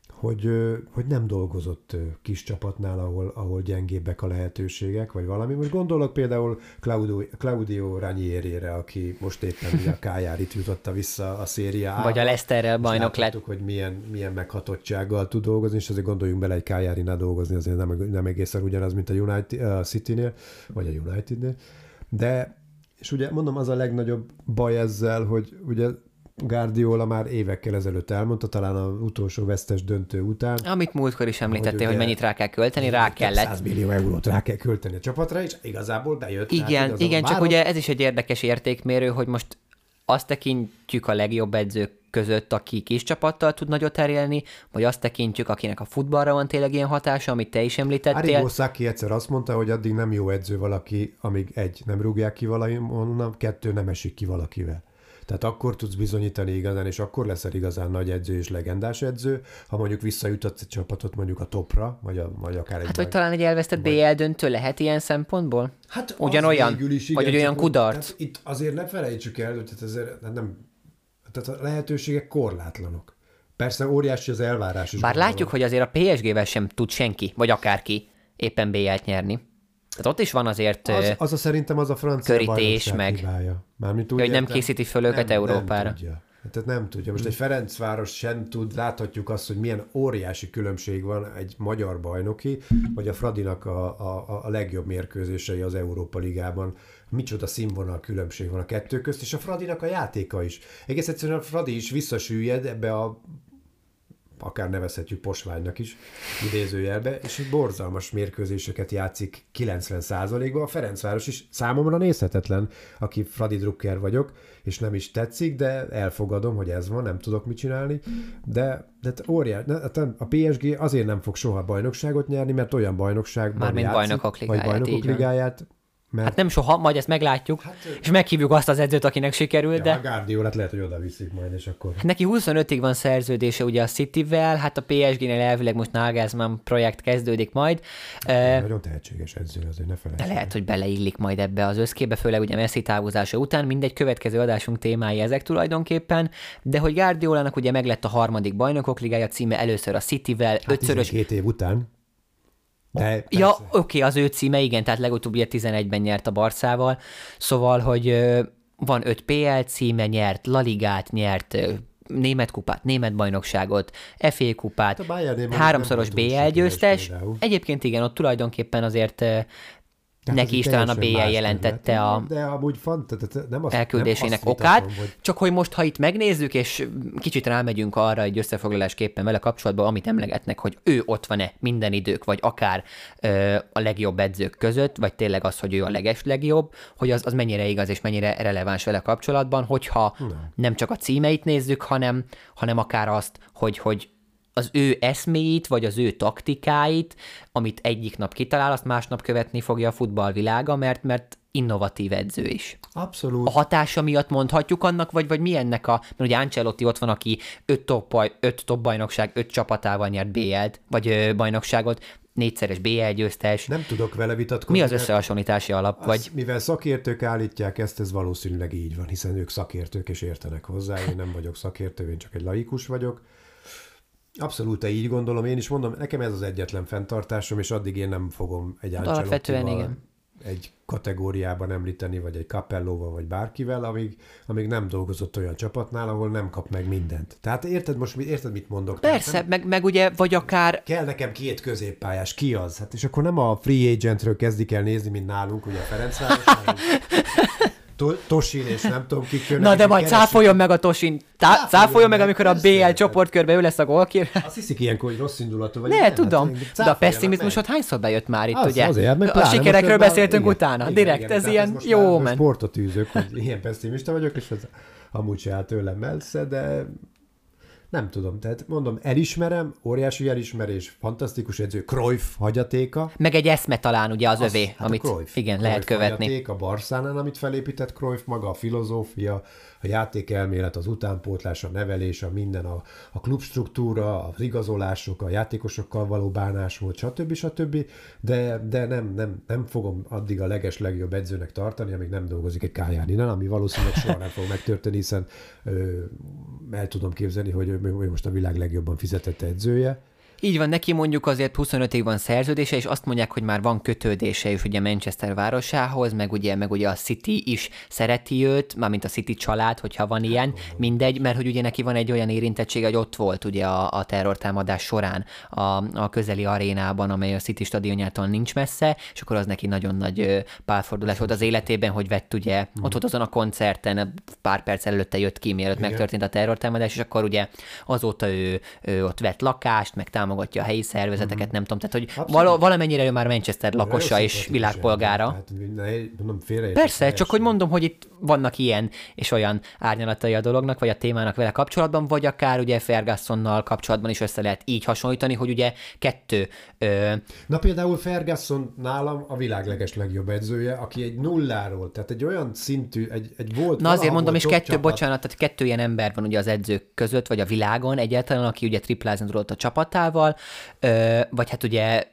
hogy, hogy nem dolgozott kis csapatnál, ahol, ahol gyengébbek a lehetőségek, vagy valami. Most gondolok például Claudio, Claudio Ranierére, aki most éppen a Cagliarit jutotta vissza a szériába. Vagy a Leicesterrel bajnok lett. hogy milyen, milyen meghatottsággal tud dolgozni, és azért gondoljunk bele, egy Cagliarinál dolgozni, azért nem, nem egészen ugyanaz, mint a, United, a Citynél, vagy a Unitednél. De, és ugye mondom, az a legnagyobb baj ezzel, hogy ugye Guardiola már évekkel ezelőtt elmondta, talán az utolsó vesztes döntő után. Amit múltkor is említettél, hogy, hogy mennyit rá kell költeni, rá kellett. száz millió eurót rá kell költeni a csapatra, és igazából bejött. Igen, igazából igen, csak várom. ugye ez is egy érdekes értékmérő, hogy most azt tekintjük a legjobb edzők között, aki kis csapattal tud nagyot elérni, vagy azt tekintjük, akinek a futballra van tényleg ilyen hatása, amit te is említettél. Arrigo Sacchi egyszer azt mondta, hogy addig nem jó edző valaki, amíg egy, nem rúgják ki valahonnan, kettő, nem esik ki valakivel. Tehát akkor tudsz bizonyítani igazán, és akkor leszel igazán nagy edző és legendás edző, ha mondjuk visszajutatsz egy csapatot mondjuk a topra, vagy, a, vagy akár egy... Hát, vagy talán egy elvesztett vagy... bé el döntő lehet ilyen szempontból? Hát ugyanolyan? Is, igen, vagy olyan kudarc? Itt azért ne felejtsük el, hogy azért nem, tehát a lehetőségek korlátlanok. Persze óriási az elvárás is. Bár gondolom. látjuk, hogy azért a pé es gével sem tud senki, vagy akárki éppen bé el-t nyerni. Tehát ott is van azért az, az a szerintem az a francia körítés, meg hibája. Mármint úgy hogy értem, nem készíti föl őket nem, Európára. Nem tudja. Tehát nem tudja. Most egy Ferencváros sem tud, láthatjuk azt, hogy milyen óriási különbség van egy magyar bajnoki, vagy a Fradinak a, a, a legjobb mérkőzései az Európa Ligában. Micsoda színvonal különbség van a kettő közt, és a Fradinak a játéka is. Egész egyszerűen a Fradi is visszasüllyed ebbe a akár nevezhetjük posványnak is, idézőjelbe, és egy borzalmas mérkőzéseket játszik kilencven százalékban. A Ferencváros is számomra nézhetetlen, aki Fradi Drucker vagyok, és nem is tetszik, de elfogadom, hogy ez van, nem tudok mit csinálni, de, de óriás, a pé es gé azért nem fog soha bajnokságot nyerni, mert olyan bajnokságban Mármint játszik, bajnokok ligáját, vagy bajnokok ligáját, mert... Hát nem soha, majd ezt meglátjuk, hát, és meghívjuk azt az edzőt, akinek sikerült, ja, de... A Guardiolát lehet, hogy oda viszik majd, és akkor... Neki huszonötig van szerződése ugye a Cityvel, hát a pé es génél elvileg most Nagelsmann projekt kezdődik majd. Hát, uh, nagyon tehetséges edző, azért ne felejtsd. De lehet, hogy beleillik majd ebbe az összkébe, főleg ugye Messi távozása után, mindegy, következő adásunk témái ezek tulajdonképpen, de hogy Guardiolának ugye meglett a harmadik bajnokok ligája címe először a Cityvel, hát ötszörös... két év után. De ja, oké, okay, az ő címe, igen, tehát legutóbb ugye tizenegyben nyert a Barszával, szóval, hogy ö, van öt pé el címe, nyert La Ligát, nyert ö, német kupát, német bajnokságot, ef á kupát, hát háromszoros bé el győztes. Egyébként igen, ott tulajdonképpen azért ö, tehát neki is talán a bé el jelentette a de amúgy fant, nem azt, elküldésének nem azt okát, vitatom, hogy... csak hogy most, ha itt megnézzük, és kicsit rámegyünk arra egy összefoglalásképpen vele kapcsolatban, amit emlegetnek, hogy ő ott van-e minden idők, vagy akár ö, a legjobb edzők között, vagy tényleg az, hogy ő a leges legjobb, hogy az, az mennyire igaz és mennyire releváns vele kapcsolatban, hogyha nem, nem csak a címeit nézzük, hanem, hanem akár azt, hogy, hogy az ő eszméit, vagy az ő taktikáit, amit egyik nap kitalál, azt másnap követni fogja a futballvilága, mert, mert innovatív edző is. Abszolút. A hatása miatt mondhatjuk annak, vagy, vagy mi ennek a... Mert ugye Ancelotti ott van, aki öt top, öt top bajnokság, öt csapatával nyert bé el-t, vagy ö, bajnokságot, négyszeres bé el győztes. Nem tudok vele vitatkozni. Mi az összehasonlítási alap? Az, vagy? Mivel szakértők állítják ezt, ez valószínűleg így van, hiszen ők szakértők és értenek hozzá. Én nem vagyok szakértő, én csak egy laikus vagyok. Abszolút így gondolom, én is mondom, nekem ez az egyetlen fenntartásom, és addig én nem fogom egy hát alapvetően igen. egy kategóriában említeni, vagy egy Capellóval, vagy bárkivel, amíg, amíg nem dolgozott olyan csapatnál, ahol nem kap meg mindent. Tehát érted most, érted mit mondok? Persze, nem? meg, meg ugye, vagy akár... Kell nekem két középpályás, ki az? Hát és akkor nem a free agentről kezdik el nézni, mint nálunk, ugye a Ferencváros, Tosin, és nem tudom, kik jönnek. Na de majd cáfoljon meg a Tosin. Tá- cáfoljon meg, amikor a bé el csoportkörbe ő lesz a gólkér. Azt hiszik ilyenkor, hogy rossz indulatú vagy. Ne, nem, tudom. Hát, de a pessimizmusod hányszor bejött már itt, az, ugye? Azért, a sikerekről beszéltünk igen, utána. Igen, Direkt, igen, ez ilyen most jó ment. ment. Sportot űzök, hogy ilyen pessimista vagyok, és ez amúgy se áll tőlem messze, de nem tudom. Tehát mondom, elismerem, óriási elismerés, fantasztikus edző, Cruyff hagyatéka. Meg egy eszme talán ugye az, az övé, hát amit Cruyff, igen, Cruyff lehet követni. Hagyaték, a Barszánál, amit felépített Cruyff, maga a filozófia, a játékelmélet, az utánpótlás, a nevelés, a minden, a, a klubstruktúra, az igazolások, a játékosokkal való bánásmód, stb. stb. De, de nem, nem, nem fogom addig a leges legjobb edzőnek tartani, amíg nem dolgozik egy Cagliarinál, ami valószínűleg soha nem fog megtörténni, hiszen ö, el tudom képzelni, hogy ő most a világ legjobban fizetett edzője. Így van, neki mondjuk azért huszonöt év van szerződése, és azt mondják, hogy már van kötődése is ugye Manchester városához, meg ugye, meg ugye a City is szereti őt, mármint a City család, hogyha van ilyen, mindegy, mert hogy ugye neki van egy olyan érintettsége, hogy ott volt ugye a, a terrortámadás során a, a közeli arénában, amely a City stadionjától nincs messze, és akkor az neki nagyon nagy pálfordulás volt az életében, hogy vett ugye, hmm. ott volt azon a koncerten, pár perc előtte jött ki, mielőtt igen. megtörtént a terrortámadás, és akkor ugye azóta ő, ő ott vett lakást, meg támogatja a helyi szervezeteket, mm. nem tudom, tehát hogy val- valamennyire ő már Manchester lakosa és világpolgára. Hát, nem, félre persze, csak hogy mondom, hogy itt vannak ilyen és olyan árnyalatai a dolognak, vagy a témának vele kapcsolatban, vagy akár ugye Fergusonnal kapcsolatban is össze lehet így hasonlítani, hogy ugye kettő... Ö... Na például Ferguson nálam a világ leges legjobb edzője, aki egy nulláról, tehát egy olyan szintű, egy, egy volt... Na azért mondom, és kettő, csapat. bocsánat, tehát kettő ilyen ember van ugye az edzők között, vagy a világon egyáltalán, aki ugye triplázni tudott a csapatával, Ö, vagy hát ugye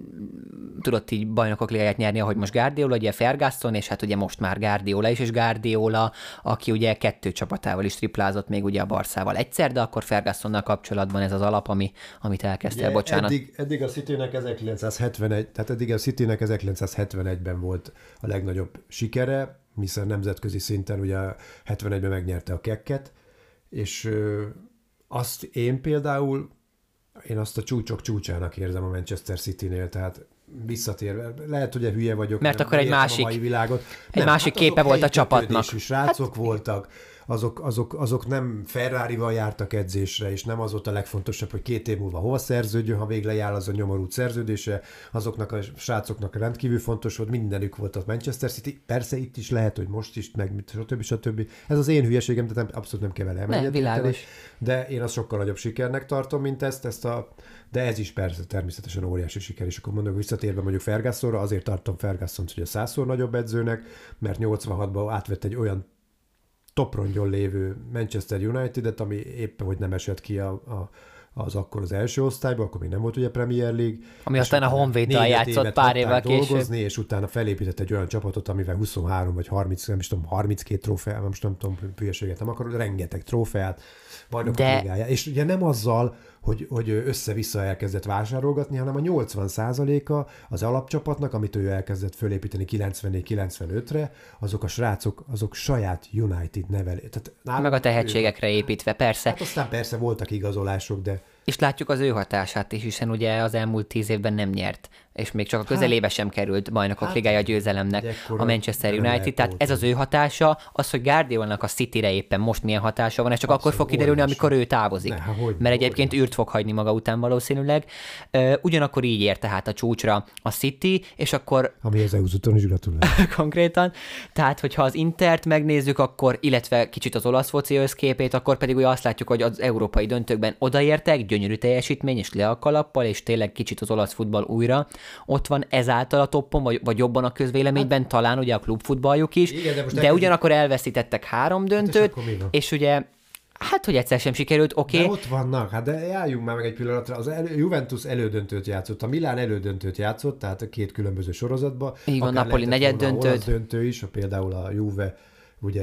tudott így bajnokok ligáját nyerni, ahogy most Guardiola, ugye Ferguson, és hát ugye most már Guardiola is, és Guardiola, aki ugye kettő csapatával is triplázott még ugye a Barszával egyszer, de akkor Fergusonnal kapcsolatban ez az alap, ami, amit elkezdtél, bocsánat. Eddig, eddig a Citynek ezerkilencszázhetvenegy, tehát eddig a Citynek ezerkilencszázhetvenegyben volt a legnagyobb sikere, hiszen nemzetközi szinten ugye hetvenegyben megnyerte a kekket, és ö, azt én például én azt a csúcsok csúcsának érzem a Manchester Citynél, tehát visszatérve, lehet, hogy hülye vagyok, mert akkor egy másik, a mai világot. egy nem, másik hát képe volt a csapatnak. Srácok hát... voltak, azok, azok, azok nem Ferrarival jártak edzésre, és nem az volt a legfontosabb, hogy két év múlva hova szerződjön, ha végre jár az a nyomorult szerződése, azoknak a srácoknak rendkívül fontos volt, mindenük volt a Manchester City, persze itt is lehet, hogy most is, meg stb. stb. Ez az én hülyeségem, tehát nem, abszolút nem kell vele elmenni. De én azt sokkal nagyobb sikernek tartom, mint ezt, ezt a, de ez is persze természetesen óriási siker, és akkor mondom, visszatérve mondjuk Fergusonra, azért tartom Fergusont, hogy a százszor nagyobb edzőnek, mert nyolcvanhatban átvett egy olyan toprongyon lévő Manchester United-et, ami éppen hogy nem esett ki a, a, az akkor az első osztályba, akkor még nem volt ugye Premier League. Ami aztán a Honvéddal játszott pár évvel később. Dolgozni, és utána felépített egy olyan csapatot, amivel huszonhárom vagy harminc, nem is tudom, harminckét trófeát, most nem tudom, hülyeséget nem akarod, rengeteg trófeát, bajnokok De... ligája. És ugye nem azzal, hogy, hogy össze-vissza elkezdett vásárolgatni, hanem a nyolcvan százaléka az alapcsapatnak, amit ő elkezdett fölépíteni kilencvennégy kilencvenötre, azok a srácok, azok saját United nevelé. Tehát meg a tehetségekre ő... építve, persze. Hát aztán persze voltak igazolások, de... És látjuk az ő hatását is, hiszen ugye az elmúlt tíz évben nem nyert, és még csak a közelébe hát, sem került bajnokok hát, ligája győzelemnek a Manchester United. Tehát ez az ő hatása, az, hogy Guardiolnak a Cityre éppen most milyen hatása van, ez csak Abszolút, akkor fog kiderülni, amikor ő távozik. Ne, hogy, mert egyébként űrt fog hagyni maga után valószínűleg. Ugyanakkor így ér tehát a csúcsra a City, és akkor... Ami az úton is gratulál. Konkrétan. Tehát, hogyha az Intert megnézzük, akkor, illetve kicsit az olasz foci összképét, akkor pedig ugye azt látjuk, hogy az európai döntőkben odaértek, gyönyörű teljesítmény, és le a kalappal, és tényleg kicsit az olasz futball újra ott van ezáltal a toppon, vagy, vagy jobban a közvéleményben, hát, talán ugye a klubfutballjuk is, igen, de, de ugyanakkor elveszítettek három döntőt, hát és, és ugye hát, hogy egyszer sem sikerült, oké. Okay. De ott vannak, hát de álljunk már meg egy pillanatra. Az elő, Juventus elődöntőt játszott, a Milán elődöntőt játszott, tehát a két különböző sorozatban. Így van, Napoli negyed döntőt. döntő is, például a Juve, ugye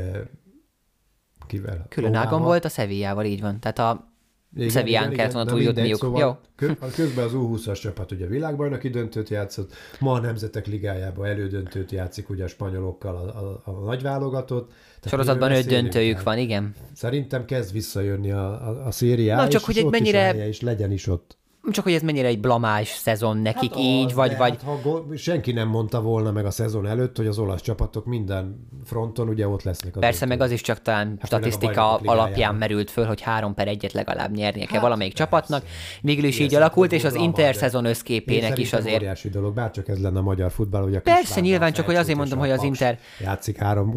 kivel? Különágon volt a Sevillával, így van. Tehát a Sevillán kellett volna túljutniuk. Szóval Jó. Közben az U húszas csapat ugye világbajnoki döntőt játszott, ma a Nemzetek Ligájában elődöntőt játszik ugye a spanyolokkal a, a, a nagyválogatott. Sorozatban öt döntőjük van, igen. Szerintem kezd visszajönni a, a, a szériá, Na, csak és, hogy és ott mennyire... is, és legyen is ott. Csak hogy ez mennyire egy blamás szezon nekik hát így, az, vagy... vagy... Hát, ha gol... Senki nem mondta volna meg a szezon előtt, hogy az olasz csapatok minden fronton ugye ott lesznek. Az Persze, ötő. Meg az is csak talán hát statisztika alapján merült föl, hogy három per egyet legalább nyernie hát, kell valamelyik persze. Csapatnak. Végül is így alakult, és az Inter szezon összképének is azért... óriási dolog, bárcsak ez lenne a magyar futball, ugye... Persze, nyilván, csak hogy azért mondom, hogy az Inter... Játszik három...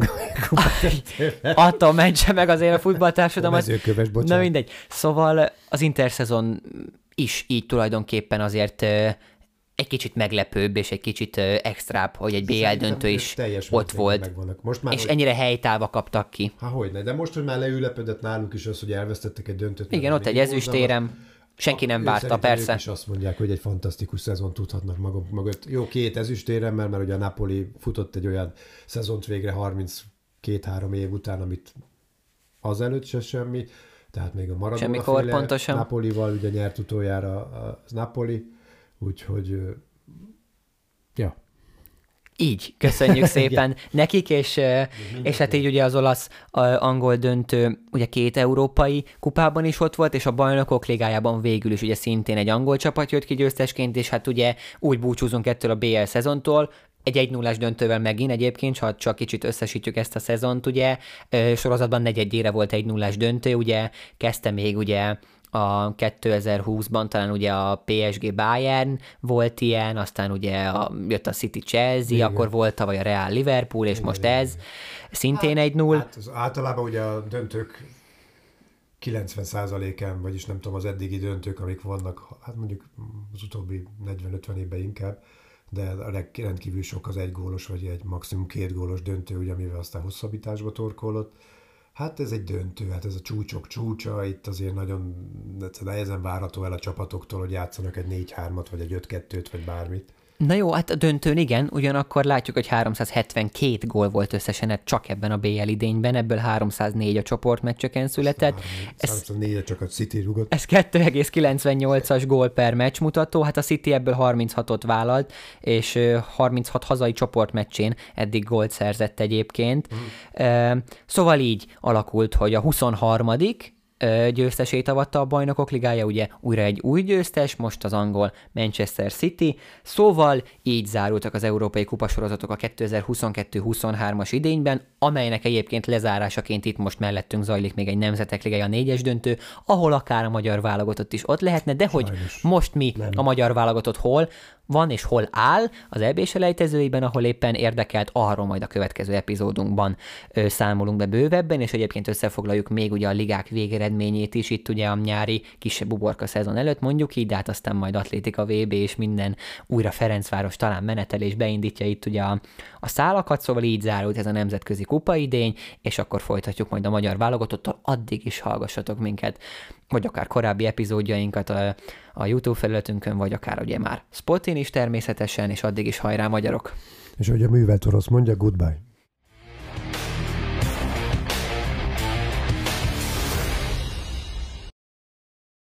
Attól mentse meg azért a futballtársadalmat. Mezőköves, bocsánat. Na mindegy. Szóval az Inter szezon is így tulajdonképpen azért egy kicsit meglepőbb, és egy kicsit extrább, hogy egy bé el döntő is ott volt, most már, és hogy... ennyire helytálva kaptak ki. Há, hogyne, de most, hogy már leülepedett náluk is az, hogy elvesztettek egy döntőt. Igen, ott egy ezüstérem, senki nem várta, persze. Ők is azt mondják, hogy egy fantasztikus szezon tudhatnak maguk mögött. Jó, két ezüstéremmel, mert ugye a Napoli futott egy olyan szezont végre harminckét-három év után, amit azelőtt se semmi. Tehát még a Maradona Semmikor féle pontosan. Napolival ugye nyert utoljára a Napoli, úgyhogy ja. Így, köszönjük szépen nekik, és, és hát így ugye az olasz-angol döntő ugye két európai kupában is ott volt, és a Bajnokok Ligájában végül is ugye szintén egy angol csapat jött ki győztesként, és hát ugye úgy búcsúzunk ettől a bé el szezontól, egy egy nullás döntővel megint egyébként, ha csak kicsit összesítjük ezt a szezont, ugye sorozatban negyedjére volt egy nullás döntő, ugye kezdte még ugye a kétezer-húszban talán ugye a pé es gé Bayern volt ilyen, aztán ugye a, jött a City Chelsea, igen. Akkor volt tavaly a Real Liverpool, és igen, most igen, ez igen. Szintén hát, egy null. Hát az általában ugye a döntők kilencven százalékán, vagyis nem tudom, az eddigi döntők, amik vannak, hát mondjuk az utóbbi negyven-ötven évben inkább, de a rendkívül sok az egy gólos, vagy egy maximum két gólos döntő, ugye, amivel aztán hosszabbításba torkolott. Hát ez egy döntő, hát ez a csúcsok csúcsa, itt azért nagyon nehezen várható el a csapatoktól, hogy játszanak egy négy hármat, vagy egy öt kettőt, vagy bármit. Na jó, hát a döntőn igen, ugyanakkor látjuk, hogy háromszázhetvenkét gól volt összesen csak ebben a bé el idényben, ebből háromszáznégy a csoportmeccseken született. háromszáznégy csak a City rúgott. Ez kettő egész kilencvennyolcas gól per meccs mutató, hát a City ebből harminchatot vállalt, és harminchat hazai csoportmeccsén eddig gólt szerzett egyébként. Mm. Szóval így alakult, hogy a huszonharmadik győztesét avatta a Bajnokok Ligája, ugye újra egy új győztes, most az angol Manchester City, szóval így zárultak az európai kupasorozatok a kétezer-huszonkettő huszonhármas idényben, amelynek egyébként lezárásaként itt most mellettünk zajlik még egy Nemzetek Ligája négyes döntő, ahol akár a magyar válogatott is ott lehetne, de hogy Sajnos. most mi Nem. a magyar válogatott hol van és hol áll az é bé-selejtezőiben, ahol éppen érdekelt, arról majd a következő epizódunkban ö, számolunk be bővebben, és egyébként összefoglaljuk még ugye a ligák végeredményét is, itt ugye a nyári kisebb uborka szezon előtt mondjuk így, de hát aztán majd atlétika vé bé és minden újra Ferencváros talán menetelés beindítja itt ugye a, a szálakat, szóval így zárult ez a nemzetközi kupaidény, és akkor folytatjuk majd a magyar válogatottal, addig is hallgassatok minket, vagy akár korábbi epizódjainkat a, a YouTube felületünkön, vagy akár ugye már Spotin is természetesen, és addig is hajrá magyarok! És ahogy a művelt orosz mondja, goodbye!